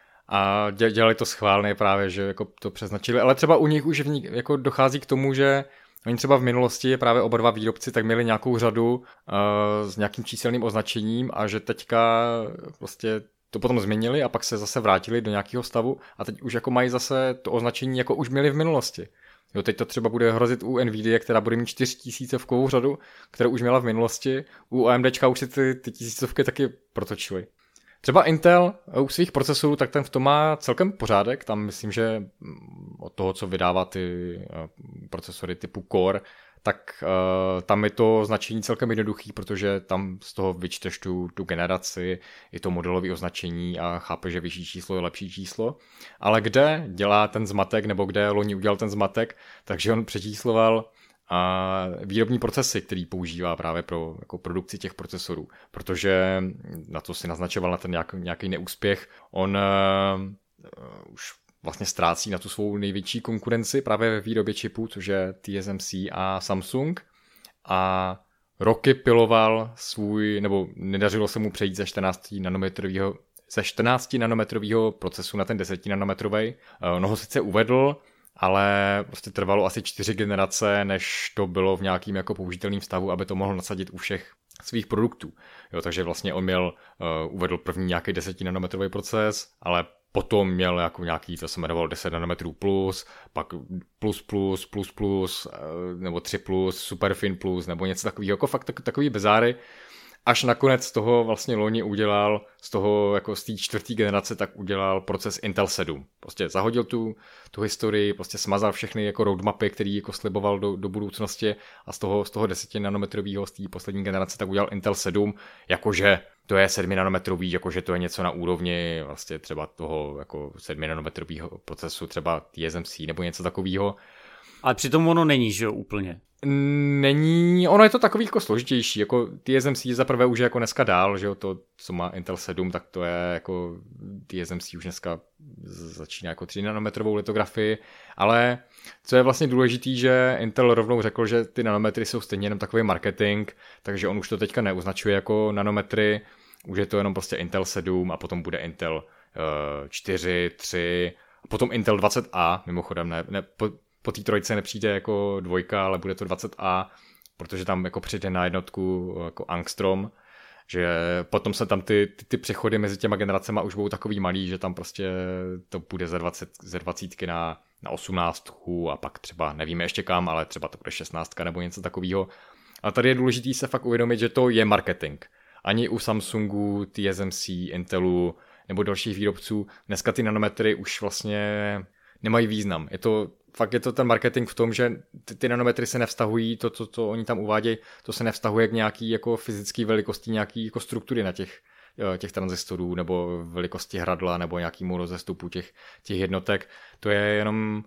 S2: a dělali to schválně právě, že jako to přeznačili, ale třeba u nich už v ní, jako dochází k tomu, že oni třeba v minulosti právě oba dva výrobci tak měli nějakou řadu uh, s nějakým číselným označením a že teďka prostě to potom změnili a pak se zase vrátili do nějakého stavu a teď už jako mají zase to označení, jako už měli v minulosti. Jo, teď to třeba bude hrozit u Nvidia, která bude mít čtyřtisícovkovou řadu, kterou už měla v minulosti. U AMDčka už si ty, ty tisícovky taky protočily. Třeba Intel u svých procesorů, tak ten v tom má celkem pořádek. Tam myslím, že od toho, co vydává ty procesory typu Core, tak uh, tam je to značení celkem jednoduchý, protože tam z toho vyčteš tu, tu generaci, je to modelové označení a chápe, že vyšší číslo je lepší číslo. Ale kde dělá ten zmatek, nebo kde loni udělal ten zmatek, takže on přečísloval uh, výrobní procesy, který používá právě pro jako produkci těch procesorů. Protože na to si naznačoval na ten nějak, nějaký neúspěch. On uh, uh, už vlastně ztrácí na tu svou největší konkurenci právě ve výrobě čipů, což je T S M C a Samsung. A roky piloval svůj, nebo nedařilo se mu přejít ze čtrnáct nanometrového ze čtrnáct nanometrového procesu na ten deset nanometrový. Ono ho sice uvedl, ale prostě trvalo asi čtyři generace, než to bylo v nějakým jako použitelným stavu, aby to mohl nasadit u všech svých produktů. Jo, takže vlastně on měl, uh, uvedl první nějaký deset nanometrový proces, ale potom měl jako nějaký, to se jmenovalo deset nanometrů plus, pak plus plus, plus plus, nebo tři plus, superfin plus, nebo něco takového, jako fakt takový bezáry. Až nakonec z toho vlastně loni udělal, z toho jako z té čtvrté generace, tak udělal proces Intel sedm. Prostě zahodil tu, tu historii, prostě smazal všechny jako roadmapy, který jako sliboval do, do budoucnosti a z toho, z toho deset nanometrového, z té poslední generace, tak udělal Intel sedm, jakože to je sedm nanometrový, jakože to je něco na úrovni vlastně třeba toho jako sedm nanometrového procesu, třeba T S M C nebo něco takového.
S3: Ale přitom ono není, že jo, úplně.
S2: Není, ono je to takový jako složitější, jako T S M C za prvé už je jako dneska dál, že jo, to, co má Intel sedm, tak to je jako T S M C už dneska začíná jako tři nanometrovou litografii, ale co je vlastně důležitý, že Intel rovnou řekl, že ty nanometry jsou stejně jenom takový marketing, takže on už to teďka neuznačuje jako nanometry, už je to jenom prostě Intel sedm a potom bude Intel uh, čtyři, tři, a potom Intel dvacet A, mimochodem ne, ne po, po té trojce nepřijde jako dvojka, ale bude to dvacet A, protože tam jako přijde na jednotku jako angstrom, že potom se tam ty, ty, ty přechody mezi těma generacema už budou takový malý, že tam prostě to bude ze, dvacet, ze dvacítky na, na osmnáctku a pak třeba nevíme ještě kam, ale třeba to bude šestnáctka nebo něco takového. A tady je důležitý se fakt uvědomit, že to je marketing. Ani u Samsungu, T S M C, Intelu nebo dalších výrobců dneska ty nanometry už vlastně nemají význam. Je to fakt je to ten marketing v tom, že ty, ty nanometry se nevztahují, to, co to, to oni tam uvádějí, to se nevztahuje k nějaký jako fyzický velikosti, nějaký jako struktury na těch, těch tranzistorů, nebo velikosti hradla, nebo nějakýmu rozestupu těch, těch jednotek. To je jenom,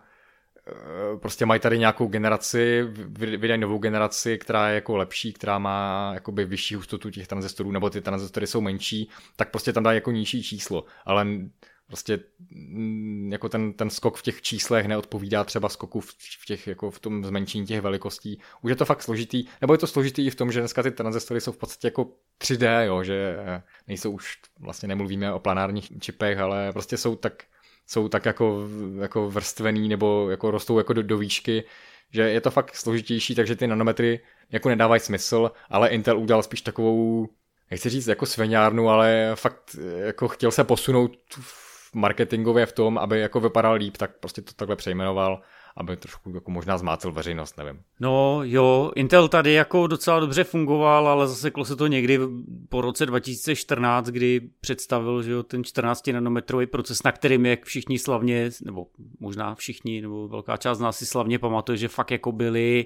S2: prostě mají tady nějakou generaci, vydají novou generaci, která je jako lepší, která má jakoby vyšší hustotu těch tranzistorů, nebo ty tranzistory jsou menší, tak prostě tam dají jako nižší číslo, ale prostě jako ten, ten skok v těch číslech neodpovídá třeba skoku v, v, těch, jako v tom zmenšení těch velikostí. Už je to fakt složitý, nebo je to složitý i v tom, že dneska ty tranzistory jsou v podstatě jako tři dé, jo, že nejsou už, vlastně nemluvíme o planárních čipech, ale prostě jsou tak, jsou tak jako, jako vrstvený nebo jako rostou jako do, do výšky, že je to fakt složitější, takže ty nanometry jako nedávají smysl, ale Intel udělal spíš takovou, nechci říct jako svěňárnu, ale fakt jako chtěl se posunout marketingově v tom, aby jako vypadal líp, tak prostě to takhle přejmenoval, aby trošku jako možná zmátil veřejnost, nevím.
S3: No jo, Intel tady jako docela dobře fungoval, ale zaseklo se to někdy po roce dva tisíce čtrnáct, kdy představil, že jo, ten čtrnáctinanometrový proces, na kterým jak všichni slavně, nebo možná všichni, nebo velká část z nás si slavně pamatuje, že fakt jako byli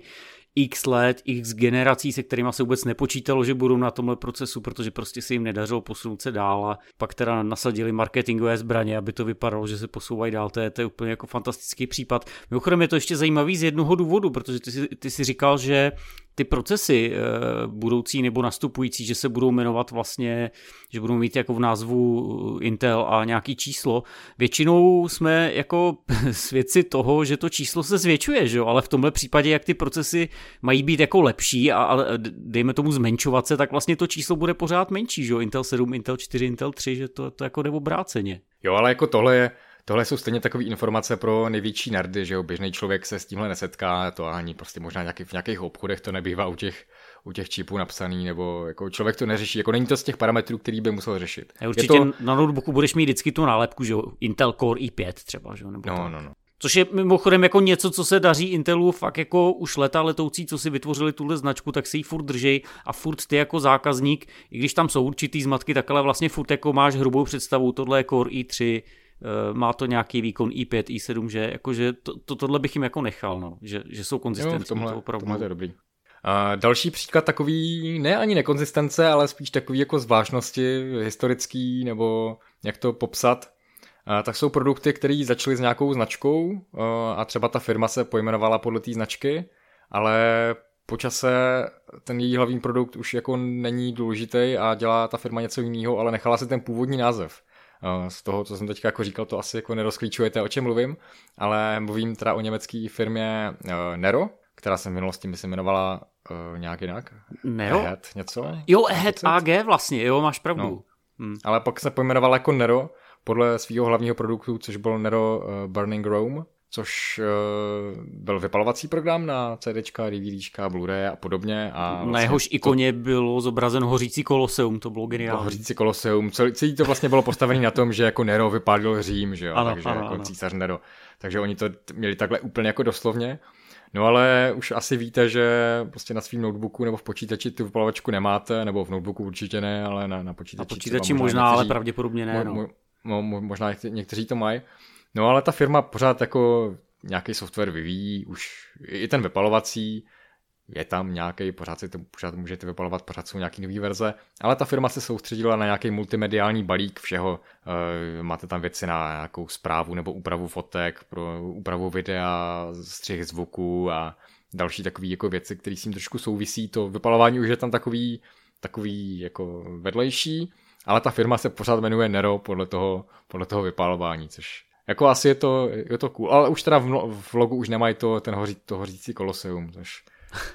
S3: x let, x generací, se kterýma se vůbec nepočítalo, že budou na tomhle procesu, protože prostě se jim nedařilo posunout se dál a pak teda nasadili marketingové zbraně, aby to vypadalo, že se posouvají dál. To je, to je úplně jako fantastický případ. Mimochodem je to ještě zajímavý z jednoho důvodu, protože ty si, ty si říkal, že ty procesy e, budoucí nebo nastupující, že se budou jmenovat vlastně, že budou mít jako v názvu Intel a nějaký číslo. Většinou jsme jako svědci toho, že to číslo se zvětšuje, že jo? Ale v tomhle případě, jak ty procesy mají být jako lepší a, a dejme tomu zmenšovat se, tak vlastně to číslo bude pořád menší, že jo? Intel sedm, Intel čtyři, Intel tři, že to, to jako jde obráceně.
S2: Jo, ale jako tohle je Tohle jsou stejně takové informace pro největší nerdy, že jo, běžný člověk se s tímhle nesetká, to ani prostě možná nějaký, v nějakých obchodech to nebývá u těch, u těch čipů napsaný, nebo jako člověk to neřeší, jako není to z těch parametrů, který by musel řešit.
S3: A určitě to... na notebooku budeš mít vždycky tu nálepku, že jo, Intel Core i pět třeba, že jo, nebo
S2: no,
S3: tak.
S2: no, no.
S3: Což je mimochodem jako něco, co se daří Intelu fakt jako už leta letoucí, co si vytvořili tuhle značku, tak si ji furt držej a furt ty jako zákazník, i když tam jsou určitý zmatky, tak ale vlastně furt jako máš hrubou představu, tohle je Core i tři, má to nějaký výkon i pět, i sedm, že jakože to, to, tohle bych jim jako nechal, no, že, že jsou konzistentní.
S2: Tomhle,
S3: to opravdu.
S2: tomhle to je dobrý. A další příklad takový, ne ani nekonzistence, ale spíš takový jako zvláštnosti historický, nebo jak to popsat, a tak jsou produkty, které začaly s nějakou značkou a třeba ta firma se pojmenovala podle té značky, ale po čase ten její hlavní produkt už jako není důležitý a dělá ta firma něco jiného, ale nechala si ten původní název. Z toho, co jsem teďka jako říkal, to asi jako nerozklíčujete, o čem mluvím, ale mluvím teda o německé firmě Nero, která se v minulosti myslím jmenovala uh, nějak jinak.
S3: Nero?
S2: Ahead, něco?
S3: Jo, Ahead A G vlastně, jo, máš pravdu.
S2: No.
S3: Hmm.
S2: Ale pak se pojmenovala jako Nero podle svého hlavního produktu, což byl Nero uh, Burning Rome, což uh, byl vypalovací program na CDčka, DVDčka, Blu-ray a podobně. A
S3: na
S2: vlastně
S3: jehož ikoně to... bylo zobrazeno hořící koloseum, to bylo geniální.
S2: Hořící koloseum, celý to vlastně bylo postavené na tom, že jako Nero vypálil Řím, že jo,
S3: ano,
S2: takže
S3: ano,
S2: jako
S3: ano.
S2: císař Nero. Takže oni to měli takhle úplně jako doslovně. No ale už asi víte, že prostě na svým notebooku nebo v počítači tu vypalovačku nemáte, nebo v notebooku určitě ne, ale na, na počítači.
S3: Na počítači možná,
S2: možná
S3: ale
S2: někteří,
S3: pravděpodobně ne.
S2: Mo,
S3: no.
S2: mo, mo, možná někteří to mají. No ale ta firma pořád jako nějaký software vyvíjí, už i ten vypalovací, je tam nějaký, pořád si to pořád můžete vypalovat, pořád jsou nějaký nový verze, ale ta firma se soustředila na nějaký multimediální balík všeho. E, máte tam věci na nějakou správu nebo úpravu fotek, pro úpravu videa, střih zvuku a další takové jako věci, které s tím trošku souvisí. To vypalování už je tam takový, takový jako vedlejší, ale ta firma se pořád jmenuje Nero podle toho, podle toho vypalování, což jako asi je to, je to cool, ale už teda v, v logu už nemají to, ten hoří, to hořící koloseum, což...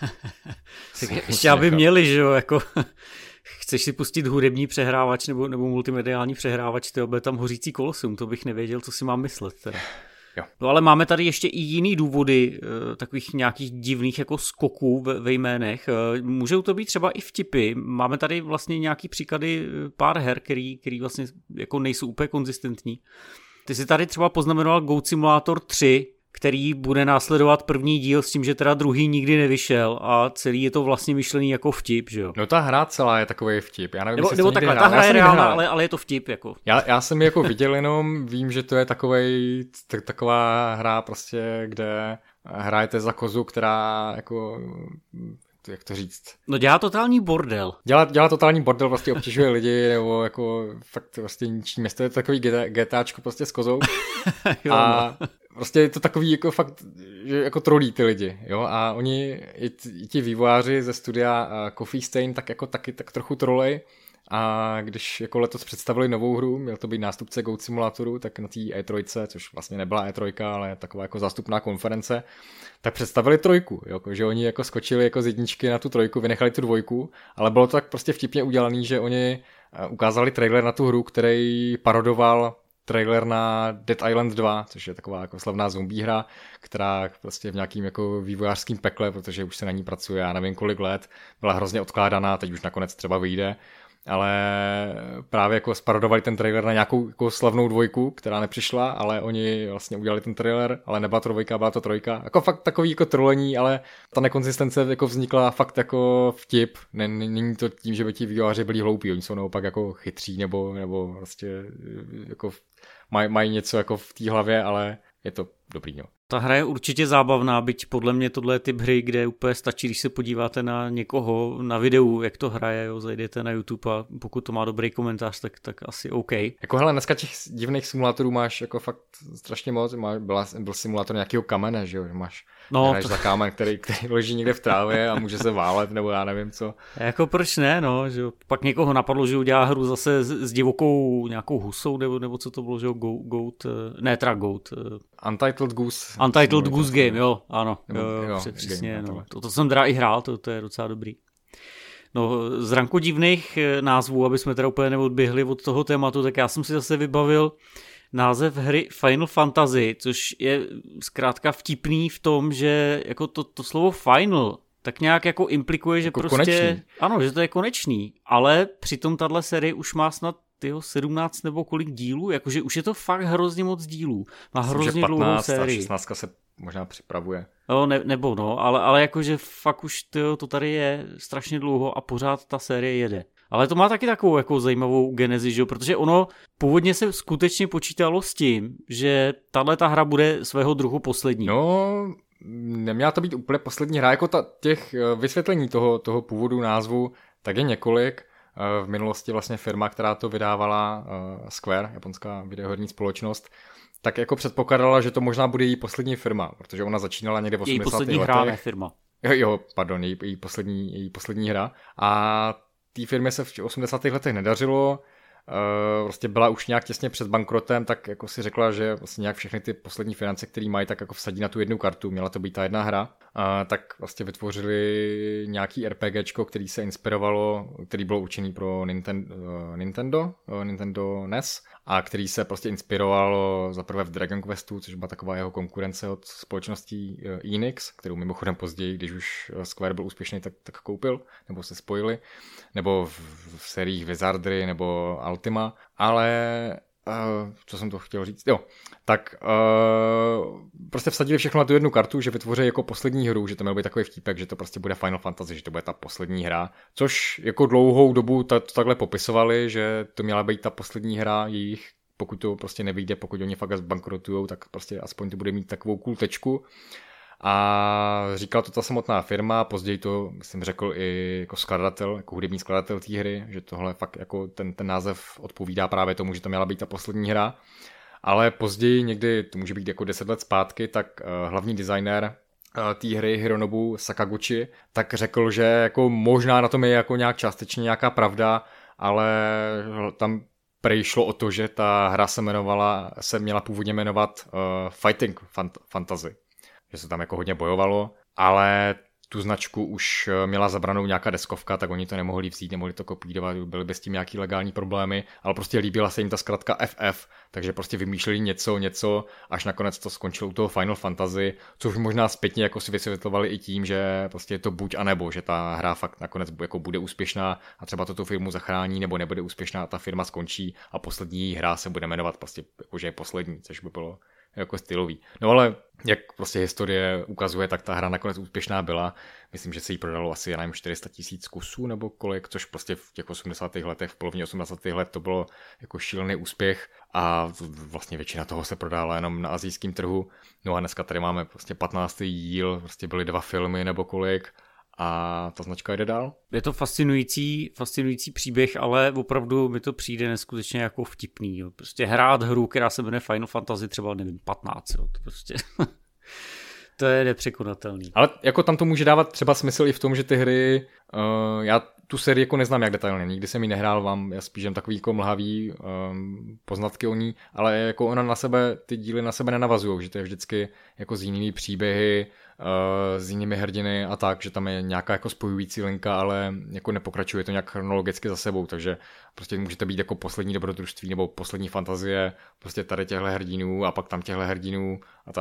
S3: Ještě aby měli, že jo, jako chceš si pustit hudební přehrávač nebo, nebo multimediální přehrávač, to bude tam hořící koloseum, to bych nevěděl, co si mám myslet teda.
S2: Jo.
S3: No ale máme tady ještě i jiný důvody takových nějakých divných jako skoků ve, ve jménech. Můžou to být třeba i vtipy. Máme tady vlastně nějaký příklady pár her, který, který vlastně jako nejsou úplně konzistentní. Ty si tady třeba poznamenoval Goat Simulator tři, který bude následovat první díl s tím, že teda druhý nikdy nevyšel a celý je to vlastně myšlený jako vtip, že jo?
S2: No ta hra celá je takový vtip. Já nevím,
S3: nebo nebo takhle,
S2: hrál.
S3: Ta hra je reálná, ale, ale je to vtip, jako.
S2: Já, já jsem ji jako viděl jenom, vím, že to je takovej, tak, taková hra prostě, kde hrajete za kozu, která jako... jak to říct.
S3: No dělá totální bordel.
S2: Dělá, dělá totální bordel, vlastně obtěžuje lidi, nebo jako fakt vlastně ničí město. Je to takový GTAčko prostě s kozou.
S3: jo,
S2: a
S3: no.
S2: prostě je to takový jako fakt, že jako trolí ty lidi, jo, a oni, i, i ti vývojáři ze studia Coffee Stain, tak jako taky tak trochu trolej. A když jako letos představili novou hru, měl to být nástupce Goat Simulatoru, tak na té E tři, což vlastně nebyla E tři, ale taková jako zástupná konference, tak představili trojku, jo, že oni jako skočili jako z jedničky na tu trojku, vynechali tu dvojku, ale bylo to tak prostě vtipně udělaný, že oni ukázali trailer na tu hru, který parodoval trailer na Dead Island dva, což je taková jako slavná zombie hra, která prostě v nějakým jako vývojářským pekle, protože už se na ní pracuje, já nevím kolik let, byla hrozně odkládaná, teď už nakonec třeba vyjde. ale právě jako sparodovali ten trailer na nějakou jako slavnou dvojku, která nepřišla, ale oni vlastně udělali ten trailer, ale nebyla to dvojka, byla to trojka. Jako fakt takový jako trolení, ale ta nekonzistence jako vznikla fakt jako vtip. Není to tím, že by ti vývojáři byli hloupí, oni jsou naopak jako chytří nebo, nebo vlastně jako mají maj něco jako v té hlavě, ale je to dobrý, no.
S3: Ta hra je určitě zábavná, byť podle mě tohle je typ hry, kde úplně stačí, když se podíváte na někoho na videu, jak to hraje, jo, zajdete na YouTube a pokud to má dobrý komentář, tak, tak asi OK.
S2: Jako hele, dneska těch divných simulátorů máš jako fakt strašně moc, máš, byla, byl simulátor nějakého kamene, že jo, že máš
S3: no,
S2: hraješ to... za kámen, který, který leží někde v trávě a může se válet, nebo já nevím co.
S3: Jako proč ne, no, že jo, pak někoho napadlo, že udělá hru zase s, s divokou nějakou husou, nebo, nebo co to bylo, že jo, Go, Goat, ne, teda Goat.
S2: Untitled Goose.
S3: Untitled Goose Game, jo, ano,
S2: nebo,
S3: jo, jo,
S2: jo,
S3: přesně,
S2: game,
S3: no. To, to jsem teda i hrál, to, to je docela dobrý. No, z ranku divných názvů, aby jsme teda úplně neodběhli od toho tématu, tak já jsem si zase vybavil název hry Final Fantasy, což je zkrátka vtipný v tom, že jako to, to slovo final tak nějak jako implikuje, že
S2: jako
S3: prostě,
S2: konečný.
S3: Ano, že to je konečný, ale přitom tahle série už má snad tyho sedmnáct nebo kolik dílů, jakože už je to fakt hrozně moc dílů. Má hrozně dlouhou sérii.
S2: šestnáct se možná připravuje.
S3: No, ne, nebo no, ale, ale jakože fakt už tyjo, to tady je strašně dlouho a pořád ta série jede. Ale to má taky takovou jako zajímavou genezi, že jo? Protože ono původně se skutečně počítalo s tím, že tahle ta hra bude svého druhu poslední.
S2: No, neměla to být úplně poslední hra, jako ta, těch vysvětlení toho, toho původu názvu, tak je několik. V minulosti vlastně firma, která to vydávala, Square, japonská videoherní společnost, tak jako předpokládala, že to možná bude její poslední firma, protože ona začínala někde v osmdesátých letech.
S3: Její poslední hra, ne firma.
S2: Jo, jo, pardon, její, její, poslední, její poslední hra. A té firmě se v osmdesátých letech nedařilo, Uh, prostě byla už nějak těsně před bankrotem, tak jako si řekla, že vlastně nějak všechny ty poslední finance, které mají, tak jako vsadí na tu jednu kartu, měla to být ta jedna hra, uh, tak vlastně vytvořili nějaký RPGčko, který se inspirovalo, který bylo určený pro Ninten, uh, Nintendo, uh, Nintendo N E S, a který se prostě inspirovalo zaprvé v Dragon Questu, což byla taková jeho konkurence od společností uh, Enix, kterou mimochodem později, když už Square byl úspěšný, tak, tak koupil, nebo se spojili, nebo v, v sériích Wizardry, nebo Ultima, ale uh, co jsem to chtěl říct, jo, tak uh, prostě vsadili všechno na tu jednu kartu, že vytvoří jako poslední hru, že to měl být takový vtípek, že to prostě bude Final Fantasy, že to bude ta poslední hra, což jako dlouhou dobu to, to takhle popisovali, že to měla být ta poslední hra jejich, pokud to prostě nevyjde, pokud oni fakt zbankrotujou, tak prostě aspoň to bude mít takovou cool tečku. A říkala to ta samotná firma, později to, myslím, řekl i jako skladatel, jako hudební skladatel té hry, že tohle fakt jako ten, ten název odpovídá právě tomu, že to měla být ta poslední hra. Ale později, někdy, to může být jako deset let zpátky, tak uh, hlavní designér uh, té hry Hironobu Sakaguchi, tak řekl, že jako možná na tom je jako nějak částečně nějaká pravda, ale tam prej šlo o to, že ta hra se jmenovala, se měla původně jmenovat uh, Fighting Fant- Fantasy. Že se tam jako hodně bojovalo, ale tu značku už měla zabranou nějaká deskovka, tak oni to nemohli vzít, nemohli to kopírovat, byly by s tím nějaký legální problémy, ale prostě líbila se jim ta zkratka F F, takže prostě vymýšleli něco, něco, až nakonec to skončilo u toho Final Fantasy, což možná zpětně jako si vysvětlovali i tím, že prostě je to buď a nebo, že ta hra fakt nakonec jako bude úspěšná a třeba to tu firmu zachrání, nebo nebude úspěšná a ta firma skončí a poslední hra se bude jmenovat prostě jako, že je poslední, což by bylo jako stylový. No ale jak prostě historie ukazuje, tak ta hra nakonec úspěšná byla. Myslím, že se jí prodalo asi, já nevím, čtyři sta tisíc kusů nebo kolik, což prostě v těch osmdesátých letech, v polovině osmdesátých let to bylo jako šílený úspěch a vlastně většina toho se prodala jenom na asijském trhu. No a dneska tady máme prostě patnáctý díl, prostě byly dva filmy nebo kolik. A ta značka jde dál.
S3: Je to fascinující, fascinující příběh, ale opravdu mi to přijde neskutečně jako vtipný. Jo. Prostě hrát hru, která se jmenuje Final Fantasy třeba, nevím, patnáct. Jo. To prostě... to je nepřekonatelný.
S2: Ale jako tam to může dávat třeba smysl i v tom, že ty hry, uh, já tu sérii jako neznám jak detailně, nikdy jsem ji nehrál, vám já spíš jen takový jako mlhavý um, poznatky o ní, ale jako ona na sebe, ty díly na sebe nenavazujou, že to je vždycky jako s jinými příběhy, uh, s jinými hrdiny a tak, že tam je nějaká jako spojující linka, ale jako nepokračuje to nějak chronologicky za sebou, takže prostě můžete být jako poslední dobrodružství nebo poslední fantazie prostě tady těchto hrdinů a pak tam těchto hrdinů a tak.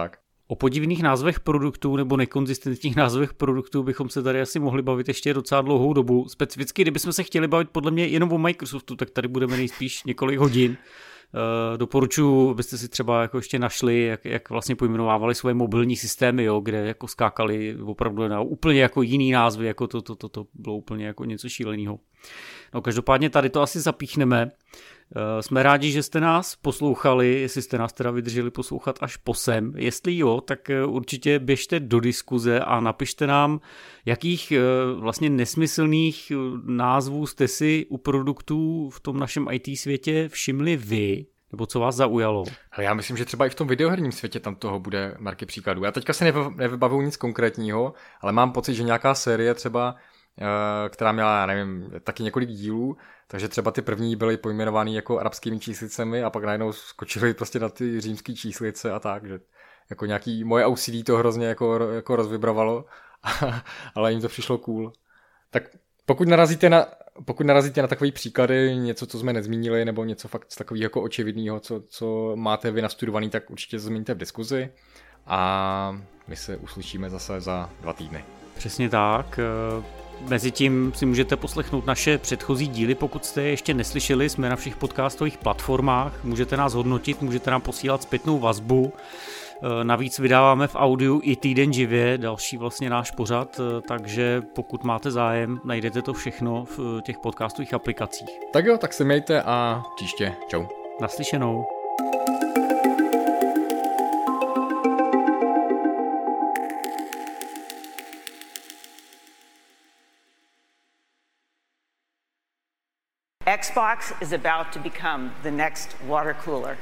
S3: O podivných názvech produktů nebo nekonzistentních názvech produktů bychom se tady asi mohli bavit ještě docela dlouhou dobu. Specificky, kdybychom se chtěli bavit podle mě jenom o Microsoftu, tak tady budeme nejspíš několik hodin. Uh, doporučuji, abyste si třeba jako ještě našli, jak, jak vlastně pojmenovávali svoje mobilní systémy, jo, kde jako skákali opravdu na úplně jako jiný názvy, jako to, to, to, to bylo úplně jako něco šíleného. No každopádně tady to asi zapíchneme. Uh, jsme rádi, že jste nás poslouchali, jestli jste nás teda vydrželi poslouchat až po sem. Jestli jo, tak uh, určitě běžte do diskuze a napište nám, jakých uh, vlastně nesmyslných názvů jste si u produktů v tom našem í té světě všimli vy, nebo co vás zaujalo.
S2: Ale já myslím, že třeba i v tom videoherním světě tam toho bude marky příkladů. Já teďka se nevybavuju nic konkrétního, ale mám pocit, že nějaká série třeba, která měla, já nevím, taky několik dílů, takže třeba ty první byly pojmenovaný jako arabskými číslicemi a pak najednou skočili prostě na ty římský číslice a tak, že jako nějaký moje O C D to hrozně jako, jako rozvibrovalo, ale jim to přišlo cool. Tak pokud narazíte na, pokud narazíte na takové příklady, něco, co jsme nezmínili, nebo něco fakt takového jako očividného, co, co máte vy nastudovaný, tak určitě zmíníte v diskuzi a my se uslyšíme zase za dva týdny.
S3: Přesně tak. Mezitím si můžete poslechnout naše předchozí díly, pokud jste je ještě neslyšeli, jsme na všech podcastových platformách, můžete nás hodnotit, můžete nám posílat zpětnou vazbu. Navíc vydáváme v audiu i týden živě, další vlastně náš pořad, takže pokud máte zájem, najdete to všechno v těch podcastových aplikacích.
S2: Tak jo, tak se mějte a příště čau.
S3: Naslyšenou.
S6: Xbox is about to become the next water cooler.